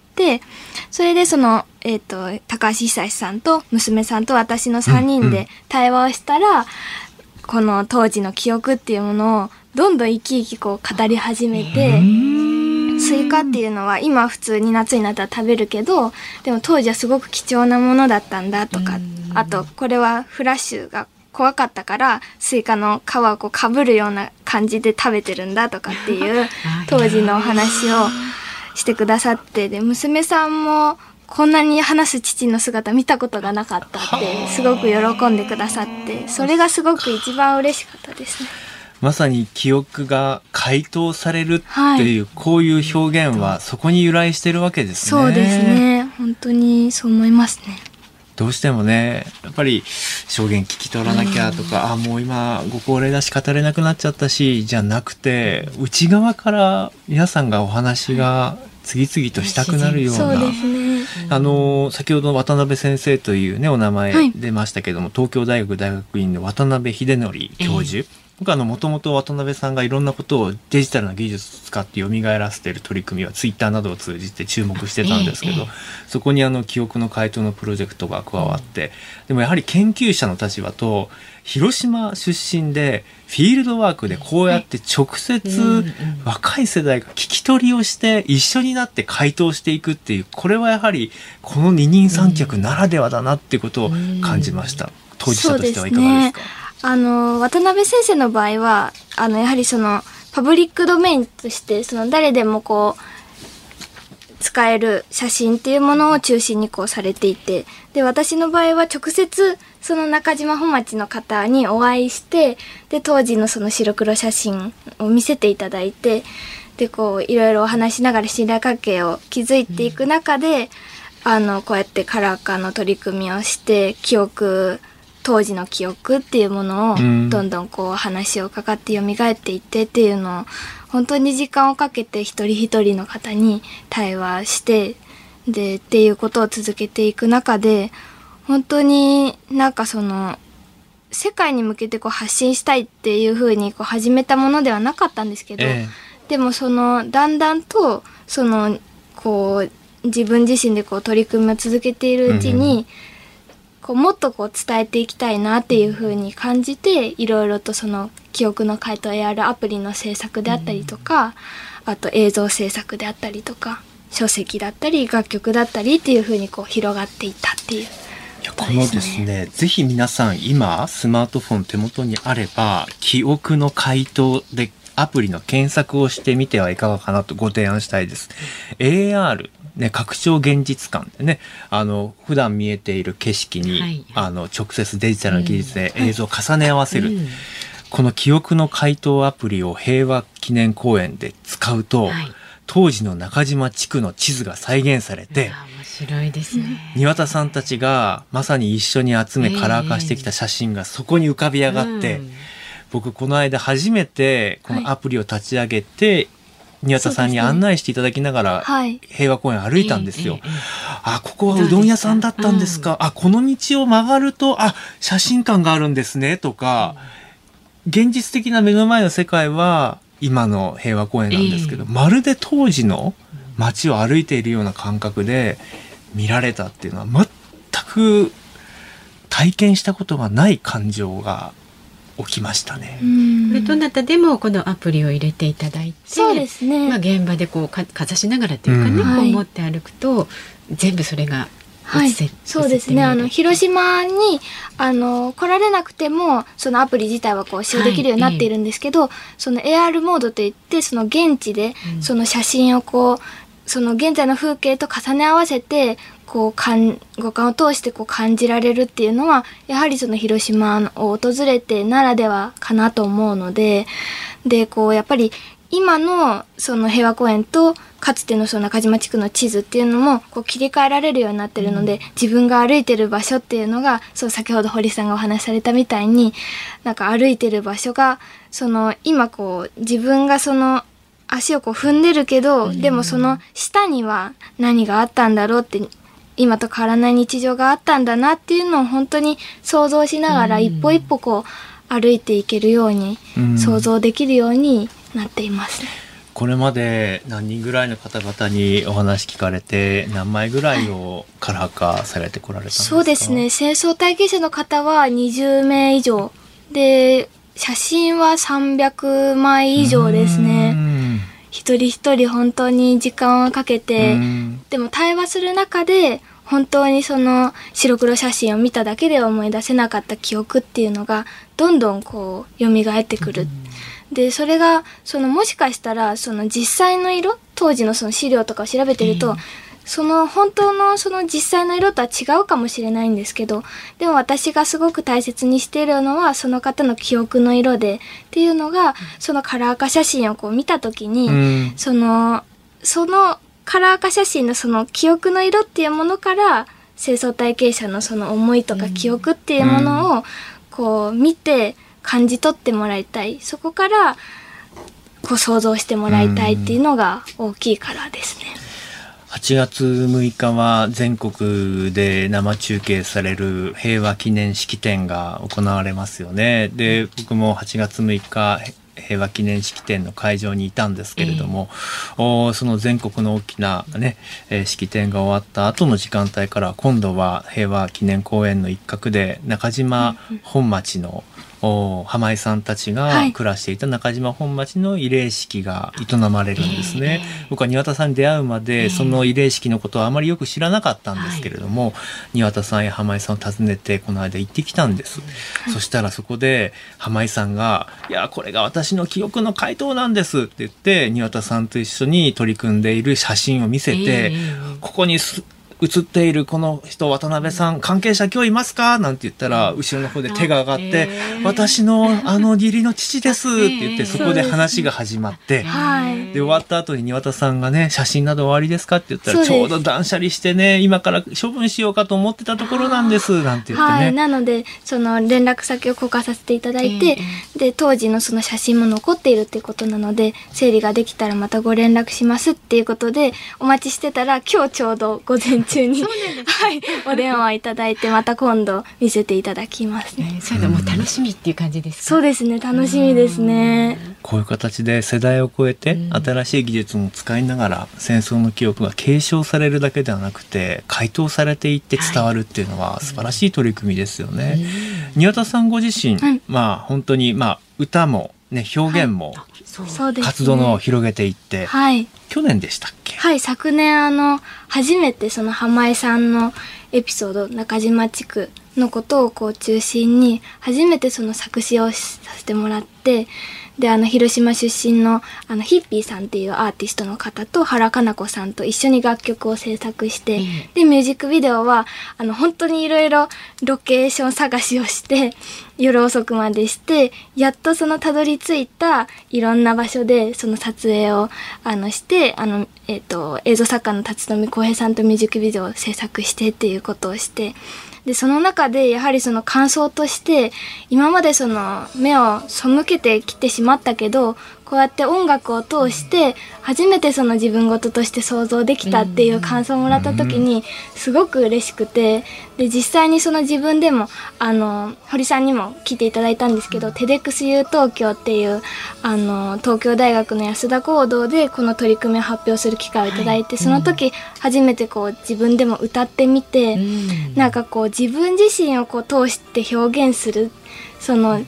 それで高橋久さんと娘さんと私の3人で対話をしたら、この当時の記憶っていうものをどんどん生き生き語り始めて、スイカっていうのは今普通に夏になったら食べるけど、でも当時はすごく貴重なものだったんだとか、あとこれはフラッシュが怖かったからスイカの皮をかぶるような感じで食べてるんだとかっていう当時のお話をしてくださって、で娘さんもこんなに話す父の姿見たことがなかったってすごく喜んでくださって、それがすごく一番嬉しかったですね。 まさに記憶が解凍されるっていう、こういう表現はそこに由来してるわけですね。 そうですね。本当にそう思いますね。 どうしてもね、やっぱり証言聞き取らなきゃとか、もう今ご高齢だし語れなくなっちゃったしじゃなくて、内側から皆さんがお話が次々としたくなるような、 そうですね。 先ほど渡辺先生というねお名前出ましたけども、東京大学大学院の渡辺秀則教授、僕もともと渡辺さんがいろんなことをデジタルな技術を使って蘇らせている取り組みはツイッターなどを通じて注目してたんですけど、そこに記憶の解凍のプロジェクトが加わって、でもやはり研究者の立場と広島出身でフィールドワークでこうやって直接若い世代が聞き取りをして一緒になって回答していくっていう、これはやはりこの二人三脚ならではだなっていうことを感じました。当事者としてはいかがですか？ 渡辺先生の場合はやはりそのパブリックドメインとしてその誰でも使える写真っていうものを中心にされていて、で私の場合は直接その中島本町の方にお会いして、で当時のその白黒写真を見せていただいて、でいろいろお話しながら信頼関係を築いていく中で、こうやってカラー化の取り組みをして当時の記憶っていうものをどんどん話をかかって蘇っていってっていうのを本当に時間をかけて一人一人の方に対話してでっていうことを続けていく中で、本当に世界に向けて発信したいっていうふうに始めたものではなかったんですけど、でもだんだんと自分自身で取り組みを続けているうちに、もっと伝えていきたいなっていう風に感じて、いろいろとその記憶の解凍 AR アプリの制作であったりとか、あと映像制作であったりとか、書籍だったり楽曲だったりっていう風に広がっていったっていうことですね。 このですね、ぜひ皆さん今スマートフォン手元にあれば記憶の解凍でアプリの検索をしてみてはいかがかなとご提案したいです。AR拡張現実感でね、普段見えている景色に、直接デジタルの技術で映像を重ね合わせる、この記憶の解凍アプリを平和記念公園で使うと、当時の中島地区の地図が再現されて、 面白いですね。 庭田さんたちがまさに一緒に集めカラー化してきた写真がそこに浮かび上がって、僕この間初めてこのアプリを立ち上げて、庭田さんに案内していただきながら平和公園歩いたんですよ。ここはうどん屋さんだったんですか。この道を曲がると写真館があるんですねとか、現実的な目の前の世界は今の平和公園なんですけど、まるで当時の街を歩いているような感覚で見られたっていうのは、全く体験したことがない感情が起きましたね。 これどなたでもこのアプリを入れていただいて、 そうですね、 現場でこうかざしながらというかね、こう持って歩くと全部それがそうですね。広島に来られなくてもそのアプリ自体はこう使用できるようになっているんですけど、その AR モードといってその現地でその写真をこうその現在の風景と重ね合わせてこう五感を通してこう感じられるっていうのはやはりその広島を訪れてならではかなと思うので、こうやっぱり今のその平和公園とかつてのその中島地区の地図っていうのもこう切り替えられるようになってるので、自分が歩いてる場所っていうのが先ほど堀さんがお話しされたみたいになんか歩いてる場所がその今こう自分がその足をこう踏んでるけど、でもその下には何があったんだろうって今と変わらない日常があったんだなっていうのを本当に想像しながら一歩一歩こう歩いていけるように想像できるようになっていますね。 これまで何人ぐらいの方々にお話聞かれて何枚ぐらいをカラー化されてこられたんですか？ そうですね、戦争体験者の方は20名以上で写真は300枚以上ですね。一人一人本当に時間をかけて、でも対話する中で本当にその白黒写真を見ただけでは思い出せなかった記憶っていうのがどんどんこう蘇ってくる。でそれがもしかしたらその実際の色、当時のその資料とかを調べてると、その本当のその実際の色とは違うかもしれないんですけど、でも私がすごく大切にしているのはその方の記憶の色でっていうのが、そのカラー化写真をこう見た時に、そのカラー化写真のその記憶の色っていうものから戦争体験者のその思いとか記憶っていうものをこう見て感じ取ってもらいたい、そこからこう想像してもらいたいっていうのが大きいからですね。 8月6日は全国で生中継される平和記念式典が行われますよね。で、僕も8月6日平和記念式典の会場にいたんですけれども、その全国の大きな、ね式典が終わった後の時間帯から今度は平和記念公園の一角で中島本町の浜井さんたちが暮らしていた中島本町の慰霊式が営まれるんですね。僕は庭田さんに出会うまでその慰霊式のことはあまりよく知らなかったんですけれども、庭田さんや浜井さんを訪ねてこの間行ってきたんです。そしたらそこで浜井さんがいやこれが私の記憶の回答なんですって言って庭田さんと一緒に取り組んでいる写真を見せて、ここに写っているこの人渡辺さん関係者今日いますかなんて言ったら後ろの方で手が上がって私の義理の父ですって言ってそこで話が始まって、で終わった後に庭田さんがね写真など終わりですかって言ったらちょうど断捨離してね今から処分しようかと思ってたところなんですなんて言ってね、 なのでその連絡先を交換させていただいて、で当時のその写真も残っているっていうことなので整理ができたらまたご連絡しますっていうことでお待ちしてたら今日ちょうど午前中にお電話いただいてまた今度見せていただきますね。 そういうのも楽しみっていう感じですか？ そうですね、楽しみですね。 こういう形で世代を超えて新しい技術も使いながら戦争の記憶が継承されるだけではなくて回答されていって伝わるっていうのは素晴らしい取り組みですよね。庭田さんご自身、本当に歌もね表現も活動を広げていって、去年でしたっけ？ 昨年初めてその浜井さんのエピソード中島地区のことをこう中心に初めてその作詞をさせてもらって、で広島出身のヒッピーさんっていうアーティストの方と原かな子さんと一緒に楽曲を制作して、でミュージックビデオは本当にいろいろロケーション探しをして夜遅くまでしてやっとそのたどり着いたいろんな場所でその撮影をして映像作家の辰富浩平さんとミュージックビデオを制作してっていうことをして、でその中でやはりその感想として今までその目を背けてきてしまったけどこうやって音楽を通して初めてその自分事として想像できたっていう感想をもらった時にすごく嬉しくて、で実際にその自分でも堀さんにも聞いていただいたんですけど、TEDxU 東京っていう東京大学の安田講堂でこの取り組みを発表する機会をいただいて、その時初めてこう自分でも歌ってみて、なんかこう自分自身をこう通して表現するその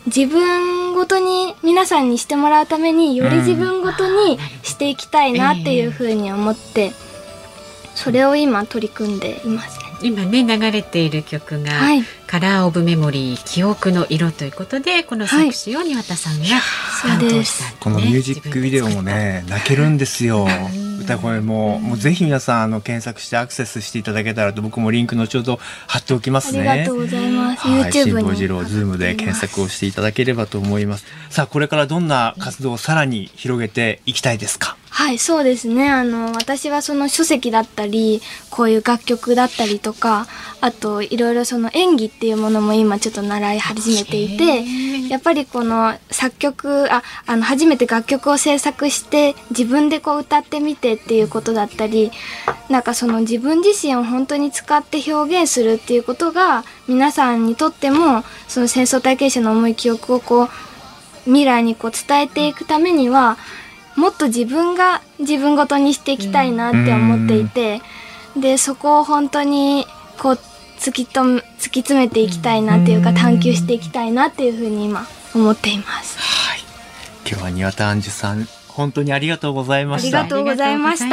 自分ごとに皆さんにしてもらうためにより自分ごとにしていきたいなっていうふうに思って、それを今取り組んでいますね。 今ね流れている曲が、はい、カラーオブメモリー記憶の色ということで、この作詞を庭田さんが担当した、ね、 このミュージックビデオもね泣けるんですよ。歌声もうぜひ皆さん検索してアクセスしていただけたらと、僕もリンク後ほど貼っておきますね。 ありがとうございます。 はい、 YouTube に辛坊治郎ズームで検索をしていただければと思います。さあこれからどんな活動をさらに広げていきたいですか？ はい、そうですね。私はその書籍だったりこういう楽曲だったりとか、あといろいろその演技っていうものも今ちょっと習い始めていて、やっぱりこの作曲初めて楽曲を制作して自分でこう歌ってみてっていうことだったり、なんかその自分自身を本当に使って表現するっていうことが皆さんにとってもその戦争体験者の重い記憶をこう未来にこう伝えていくためには、もっと自分が自分ごとにしていきたいなって思っていて、でそこを本当にこう突き詰めていきたいなっていうか、探求していきたいなっていうふうに今思っています。 はい、今日は庭田杏樹さん本当にありがとうございました。 ありがとうございました。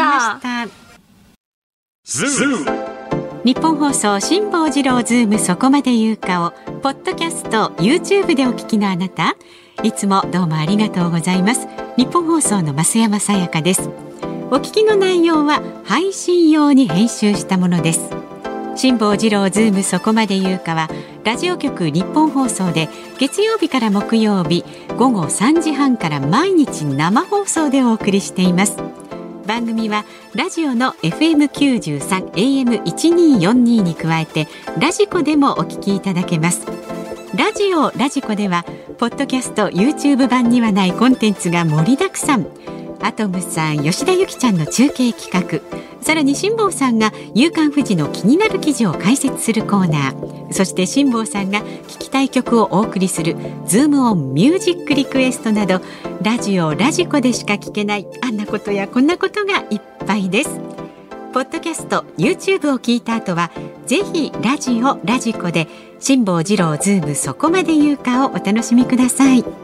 日本放送辛坊治郎ズームそこまで言うかをポッドキャスト YouTube でお聞きのあなた、いつもどうもありがとうございます。日本放送の増山さやかです。お聞きの内容は配信用に編集したものです。辛坊治郎ズームそこまで言うかはラジオ局日本放送で月曜日から木曜日午後3時半から毎日生放送でお送りしています。番組はラジオの FM93 AM1242 に加えてラジコでもお聞きいただけます。ラジコではポッドキャスト YouTube 版にはないコンテンツが盛りだくさん。アトムさん、吉田ゆきちゃんの中継企画、さらに辛坊さんが夕刊フジの気になる記事を解説するコーナー、そして辛坊さんが聞きたい曲をお送りするズームオンミュージックリクエストなど、ラジコでしか聞けないあんなことやこんなことがいっぱいです。ポッドキャスト YouTube を聞いた後はぜひラジコで辛坊治郎ズームそこまで言うかをお楽しみください。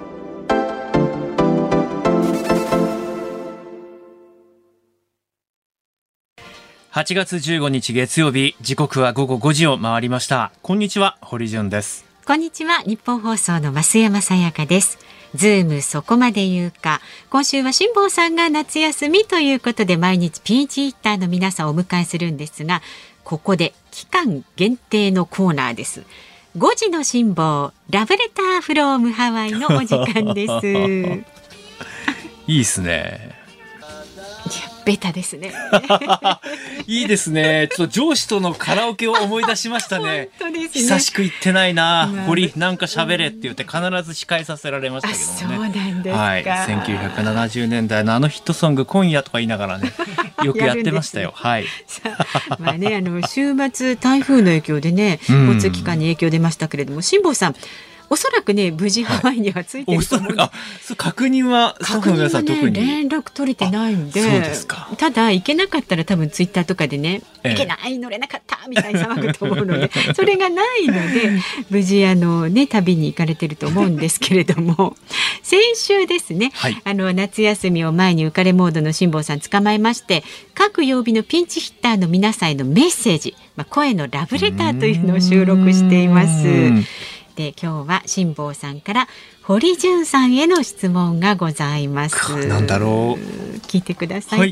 8月15日月曜日、時刻は午後5時を回りました。こんにちは、堀潤です。 こんにちは、日本放送の増山さやかです。ズームそこまで言うか、今週は辛坊さんが夏休みということで毎日ピンチヒッターの皆さんをお迎えするんですが、ここで期間限定のコーナーです。5時の辛坊ラブレターフロームハワイのお時間ですいいですね。 ベタですねいいですね。ちょっと上司とのカラオケを思い出しましたね。本当ですね。久しく行ってないな、堀なんか喋れって言って必ず司会させられましたけどもね。 そうなんですか。 はい、1970年代のヒットソング今夜とか言いながらねよくやってましたよ。はい。 まあね、週末台風の影響でね、交通機関に影響出ましたけれども、辛坊さんおそらくね無事ハワイにはついてると思う、はい、確認はスタッフの皆さん特に連絡取れてないんで、そうですか。ただ行けなかったら多分ツイッターとかでね、行けない乗れなかったみたいに騒ぐと思うのでそれがないので無事ね旅に行かれてると思うんですけれども先週ですね、はい、夏休みを前に浮かれモードの辛坊さん捕まえまして、各曜日のピンチヒッターの皆さんへのメッセージ、声のラブレターというのを収録しています。で今日は辛坊さんから堀潤さんへの質問がございます。 なんだろう、 聞いてください。 はい、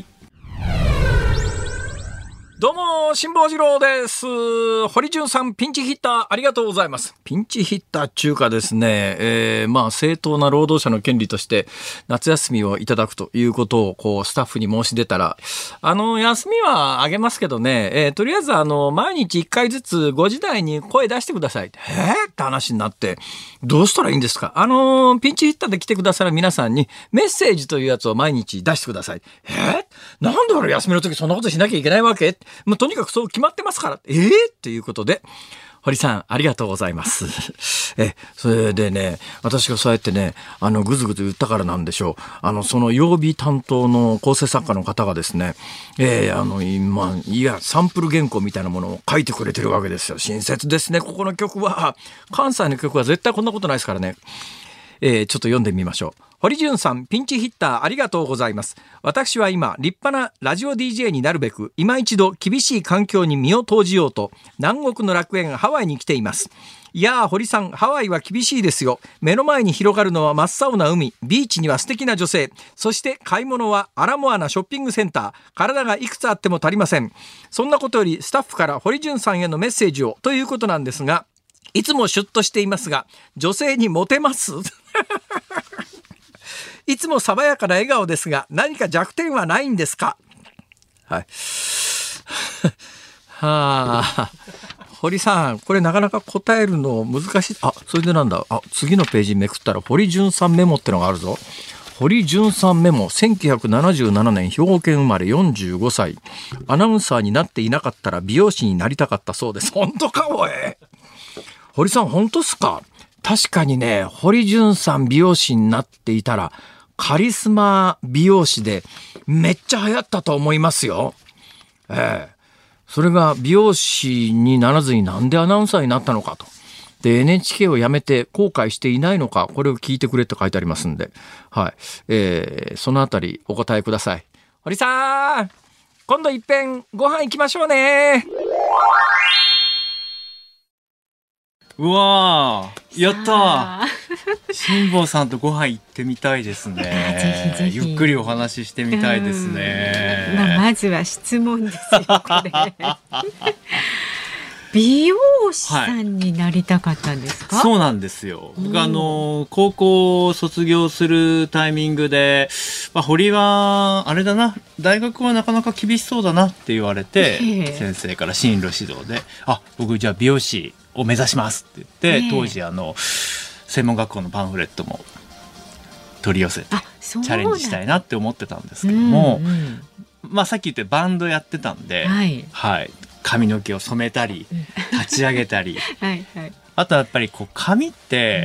どうも辛坊治郎です。堀潤さんピンチヒッターありがとうございます。ピンチヒッター中華ですね、正当な労働者の権利として夏休みをいただくということをスタッフに申し出たら、休みはあげますけどね、とりあえず毎日1回ずつ5時台に声出してくださいって話になって、どうしたらいいんですか。ピンチヒッターで来てくださる皆さんにメッセージというやつを毎日出してください。なんで俺休みの時そんなことしなきゃいけないわけ、とにかくそう決まってますからっていうことで、堀さんありがとうございますそれでね、私がそうやってねぐずぐず言ったからなんでしょう。その曜日担当の構成作家の方がですね、今サンプル原稿みたいなものを書いてくれてるわけですよ。親切ですね。ここの曲は関西の曲は絶対こんなことないですからね。 ちょっと読んでみましょう。堀潤さん、ピンチヒッターありがとうございます。私は今、立派なラジオ DJ になるべく、今一度厳しい環境に身を投じようと、南国の楽園ハワイに来ています。いやー、堀さん、ハワイは厳しいですよ。目の前に広がるのは真っ青な海、ビーチには素敵な女性、そして買い物はアラモアなショッピングセンター、体がいくつあっても足りません。そんなことよりスタッフから堀潤さんへのメッセージをということなんですが、いつもシュッとしていますが、女性にモテますいつも爽やかな笑顔ですが、何か弱点はないんですか。はいはあ、堀さん、これなかなか答えるの難しい。あ、それでなんだ。次のページめくったら堀潤さんメモってのがあるぞ。堀潤さんメモ、1977年兵庫県生まれ45歳。アナウンサーになっていなかったら美容師になりたかったそうです。本当かおい。堀さん本当っすか。確かにね、堀潤さん美容師になっていたらカリスマ美容師でめっちゃ流行ったと思いますよ。それが美容師にならずになんでアナウンサーになったのかと。で NHK を辞めて後悔していないのか、これを聞いてくれって書いてありますんで、はい、そのあたりお答えください。堀さん、今度いっぺんご飯行きましょうね。 うわー、やったー。辛坊さんとご飯行ってみたいですね。 ぜひぜひゆっくりお話ししてみたいですね。 まずは質問ですよこれ美容師さんになりたかったんですか。 はい、そうなんですよ。僕高校を卒業するタイミングで、堀はあれだな、大学はなかなか厳しそうだなって言われて、先生から進路指導で、僕じゃあ美容師を目指しますって言って、当時専門学校のパンフレットも取り寄せてチャレンジしたいなって思ってたんですけども、さっき言ってバンドやってたんで、はい髪の毛を染めたり立ち上げたりはい、あとはやっぱり髪って、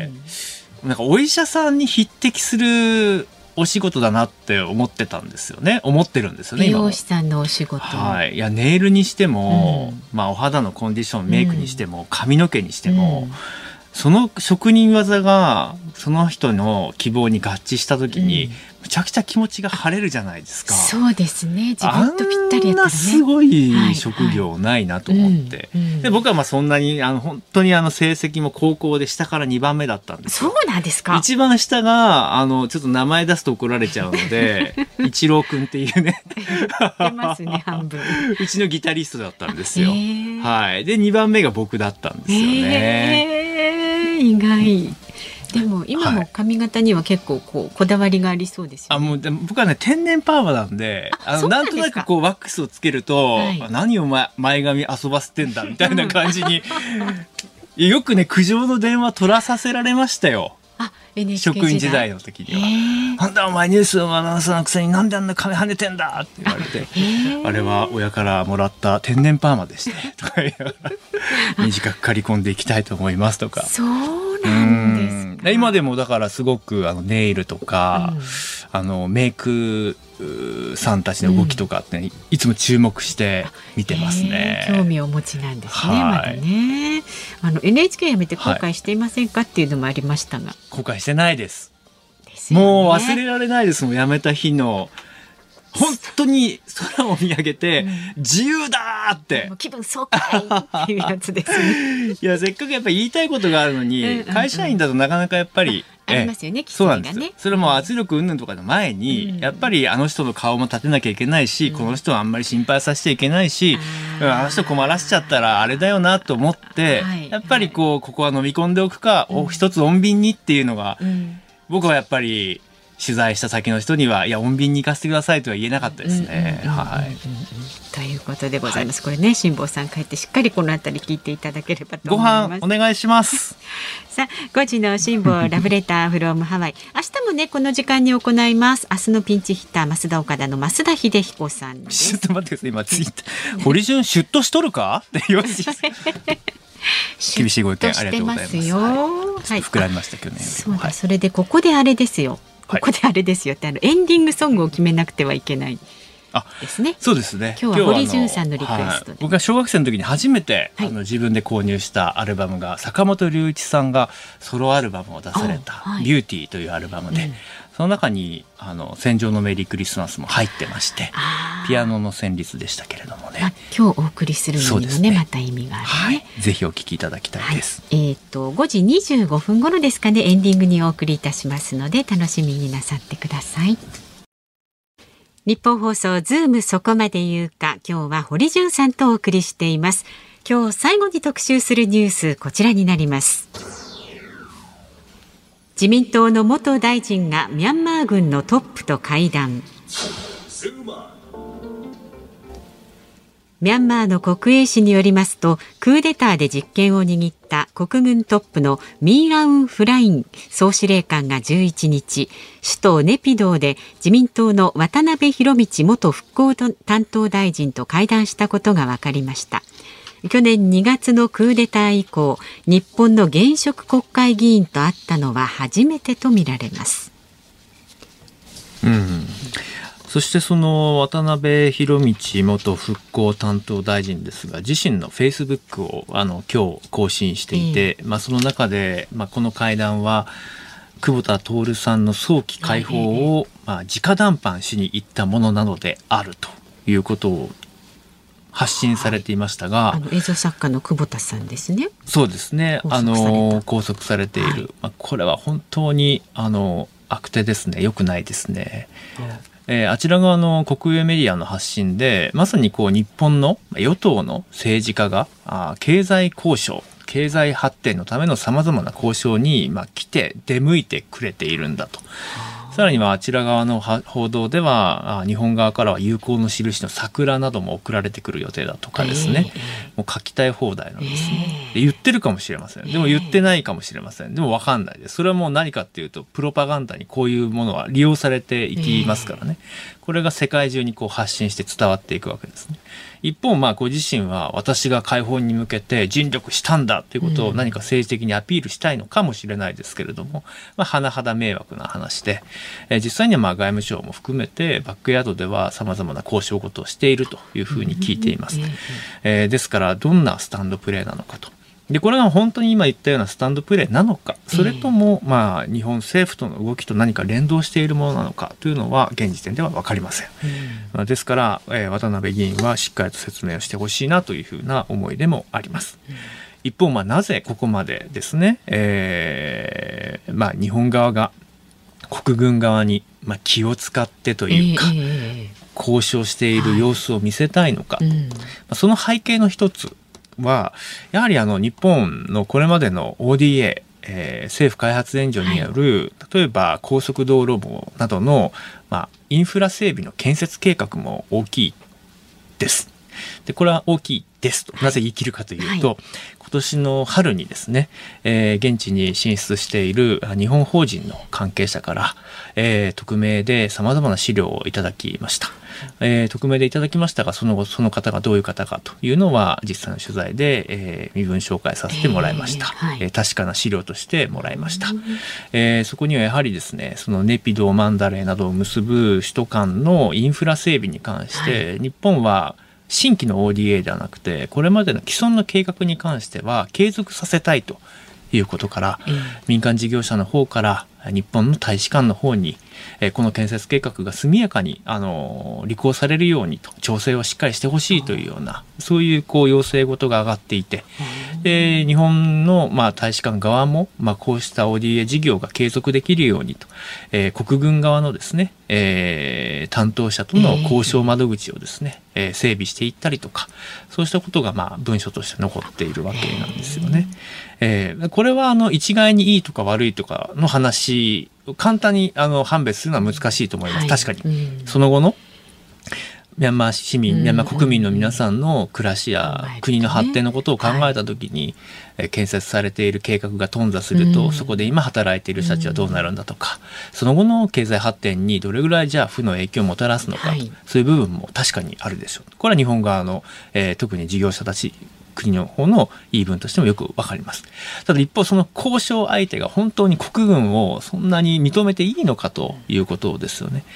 なんかお医者さんに匹敵するお仕事だなって思ってたんですよね。思ってるんですよね。 美容師さんのお仕事、 いやネイルにしても、お肌のコンディション、メイクにしても、髪の毛にしても、その職人技がその人の希望に合致した時に、むちゃくちゃ気持ちが晴れるじゃないですか。 そうですね。自分とぴったりやったらね。 あんなすごい職業ないなと思って、で僕はそんなに本当に成績も高校で下から2番目だったんですよ。 そうなんですか。 一番下がちょっと名前出すと怒られちゃうので一郎くんっていうね出ますね、半分うちのギタリストだったんですよ。はい。で2番目が僕だったんですよね。 意外。でも今も髪型には結構こだわりがありそうですよね。 でも僕はね、天然パーマなんで、なんとなくワックスをつけると、何を前髪遊ばせてんだみたいな感じによくね、苦情の電話取らさせられましたよ。職員時代の時には。なんだお前ニュースのアナウンサーのくせになんであんな髪跳ねてんだって言われて、あれは親からもらった天然パーマでしてとか言いながら短く刈り込んでいきたいと思いますとか。 そうなんですか。 今でもだからすごくネイルとか、メイクさんたちの動きとかって、いつも注目して見てますね。 興味をお持ちなんですね。まだね。NHK 辞めて後悔していませんかっていうのもありましたが。 後悔してないです。もう忘れられないですもん。辞めた日の本当に空を見上げて、自由だーって気分爽快っていうやつですね。 いや、せっかくやっぱり言いたいことがあるのに、会社員だとなかなかやっぱりありますよね。 そうなんですよ。それも圧力云々とかの前に、やっぱりあの人の顔も立てなきゃいけないし、この人はあんまり心配させちゃいけないし、あの人困らせちゃったらあれだよなと思って、やっぱりここは飲み込んでおくか、一つ穏便にっていうのが、僕はやっぱり取材した先の人には、いや穏便に行かせてくださいとは言えなかったですね。 ということでございます。これね、辛坊さん帰ってしっかりこのあたり聞いていただければと思います。 ご飯お願いします。 さあ、5時の辛坊ラブレターフロムハワイ。明日もね、この時間に行います。明日のピンチヒッター、増田岡田の増田秀彦さんです。 ちょっと待ってください。今ツイッター堀潤シュッとしとるかって言われて厳しいご意見ありがとうございます。膨らみましたけどね。 そうだ、それでここであれですよ。ここであれですよってエンディングソングを決めなくてはいけない。 ですね。 そうですね。 今日は堀潤さんのリクエストで、 僕が小学生の時に初めて、 はい、 自分で購入したアルバムが坂本龍一さんがソロアルバムを出された「ビューティー」というアルバムで、その中に戦場のメリークリスマスも入ってまして、ピアノの旋律でしたけれどもね、 今日お送りするのにもね、また意味があるね。 ぜひお聴きいただきたいです。 5時25分頃ですかね、エンディングにお送りいたしますので楽しみになさってください。日本放送ズームそこまで言うか、今日は堀潤さんとお送りしています。今日最後に特集するニュース、こちらになります。自民党の元大臣がミャンマー軍のトップと会談。ミャンマーの国営紙によりますと、クーデターで実権を握った国軍トップのミーアウン・フライン総司令官が11日、首都ネピドーで自民党の渡辺博道元復興担当大臣と会談したことが分かりました。去年2月のクーデター以降、日本の現職国会議員と会ったのは初めてとみられます。 そしてその渡辺博道元復興担当大臣ですが、自身のフェイスブックを今日更新していて、その中で、この会談は久保田徹さんの早期解放を、直談判しに行ったものなのであるということを発信されていましたが、 映像作家の久保田さんですね。 そうですね、拘束されている、これは本当に悪手ですね。良くないですね。あちら側の国営メディアの発信で、まさに日本の与党の政治家が経済交渉、経済発展のためのさまざまな交渉に来て出向いてくれているんだと。さらにはあちら側の報道では、日本側からは友好の印の桜なども送られてくる予定だとかですね、もう書きたい放題なんですね。で言ってるかもしれません。でも言ってないかもしれません。でも分かんないです。それはもう何かっていうと、プロパガンダにこういうものは利用されていきますからね。これが世界中に発信して伝わっていくわけですね。一方、ご自身は私が解放に向けて尽力したんだということを何か政治的にアピールしたいのかもしれないですけれども、甚だ迷惑な話で、実際には外務省も含めてバックヤードではさまざまな交渉事をしているというふうに聞いています。ですからどんなスタンドプレーなのかと。でこれが本当に今言ったようなスタンドプレーなのか、それとも日本政府との動きと何か連動しているものなのかというのは現時点では分かりません。ですから、渡辺議員はしっかりと説明をしてほしいなというふうな思いでもあります。一方、なぜここまでですね、日本側が国軍側に気を使ってというか、交渉している様子を見せたいのか、その背景の一つはやはり日本のこれまでの ODA、政府開発援助による、例えば高速道路網などの、インフラ整備の建設計画も大きいです。でこれは大きいですとなぜ言い切るかというと、今年の春にですね、現地に進出している日本法人の関係者から、匿名でさまざまな資料をいただきました。匿名でいただきましたが、その後その方がどういう方かというのは実際の取材で、身分紹介させてもらいました。確かな資料としてもらいました。そこにはやはりですね、そのネピドーマンダレーなどを結ぶ首都間のインフラ整備に関して、日本は新規の ODA ではなくて、これまでの既存の計画に関しては継続させたいということから、民間事業者の方から日本の大使館の方に、この建設計画が速やかに履行されるようにと、調整をしっかりしてほしいというような、そういう要請事が上がっていて、で日本の大使館側もこうした ODA 事業が継続できるようにと、国軍側のですね、担当者との交渉窓口をですね、整備していったりとか、そうしたことが文書として残っているわけなんですよね。これは一概にいいとか悪いとかの話を簡単に判別するのは難しいと思います。確かに、その後のミャンマー市民、ミャンマー国民の皆さんの暮らしや国の発展のことを考えたときに、建設されている計画が頓挫すると、そこで今働いている人たちはどうなるんだとか、その後の経済発展にどれぐらいじゃあ負の影響をもたらすのかと、そういう部分も確かにあるでしょう。これは日本側の、特に事業者たち国の方の言い分としてもよくわかります。ただ一方、その交渉相手が本当に国軍をそんなに認めていいのかということですよね。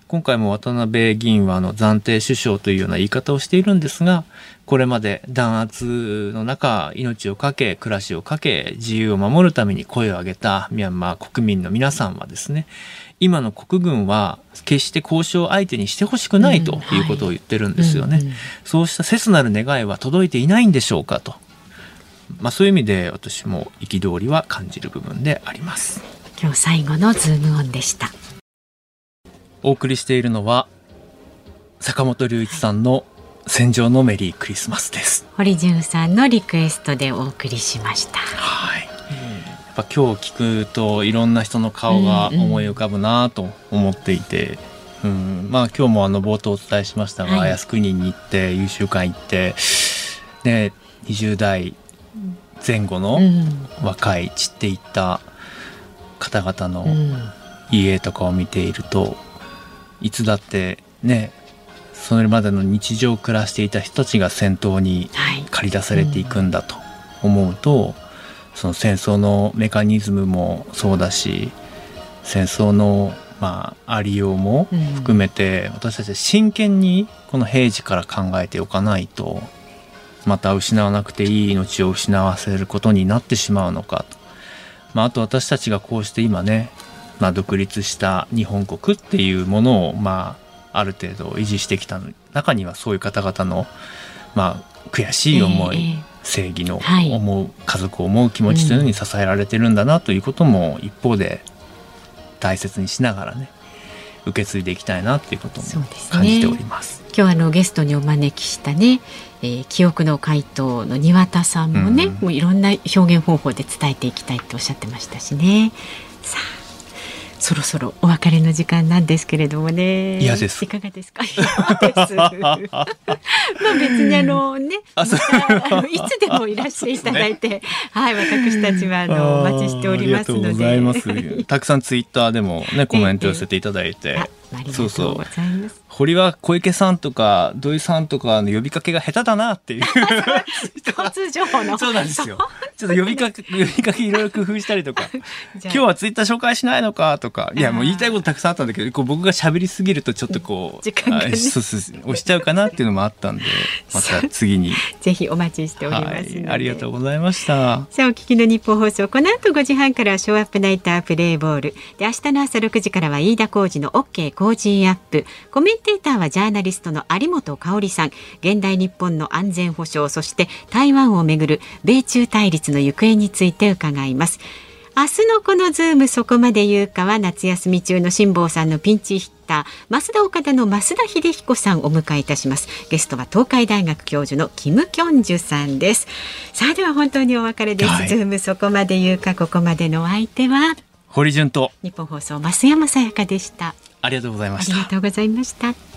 今回も渡辺議員は暫定首相というような言い方をしているんですが、これまで弾圧の中命を懸け暮らしを懸け自由を守るために声を上げたミャンマー国民の皆さんはですね、今の国軍は決して交渉相手にしてほしくないということを言ってるんですよね。そうした切なる願いは届いていないんでしょうかと、そういう意味で私も憤りは感じる部分であります。 今日最後のズームオンでした。 お送りしているのは坂本龍一さんの戦場のメリークリスマスです。 堀潤さんのリクエストでお送りしました。 はい、やっぱ今日聞くといろんな人の顔が思い浮かぶなと思っていて、今日も冒頭お伝えしましたが、靖国に行って優秀館行ってで20代前後の若い散っていった方々の家とかを見ていると、いつだってね、それまでの日常を暮らしていた人たちが戦闘に駆り出されていくんだと思うと、その戦争のメカニズムもそうだし、戦争のありようも含めて、私たちは真剣にこの平時から考えておかないと、また失わなくていい命を失わせることになってしまうのかと。あと私たちがこうして今ね、独立した日本国っていうものをある程度維持してきた中には、そういう方々の悔しい思い、正義の思う、家族を思う気持ちというのに支えられてるんだなということも一方で大切にしながらね、受け継いでいきたいなということも感じております。 今日ゲストにお招きしたね、記憶の回答の庭田さんもね、もういろんな表現方法で伝えていきたいとおっしゃってましたしね。さあそろそろお別れの時間なんですけれどもね。 嫌です。 いかがですか？嫌です。別にね、いつでもいらしていただいて、私たちはお待ちしておりますので。ありがとうございます。 たくさんツイッターでもねコメント寄せていただいて、 ありがとうございます。 堀は小池さんとか土井さんとかの呼びかけが下手だなっていう交通情報のそうなんですよ。ちょっと呼びかけいろいろ工夫したりとか今日はツイッター紹介しないのかとか、いやもう言いたいことたくさんあったんだけど、僕が喋りすぎるとちょっと時間がね、 押しちゃうかなっていうのもあったんで、また次にぜひお待ちしておりますので、 ありがとうございました。 さあお聞きの日本放送、この後5時半からはショーアップナイタープレイボールで、明日の朝6時からは飯田浩司の OK 工事アップ、コメンテーターはジャーナリストの有本香里さん、現代日本の安全保障、そして台湾をめぐる米中対立の行方について伺います。明日のこのズームそこまで言うかは、夏休み中の辛坊さんのピンチヒッター、増田岡田の増田秀彦さんをお迎えいたします。ゲストは東海大学教授のキム・キョンジュさんです。さあでは本当にお別れです、ズームそこまで言うか、ここまでのお相手は堀潤と日本放送増山さやかでした。 ありがとうございました。 ありがとうございました。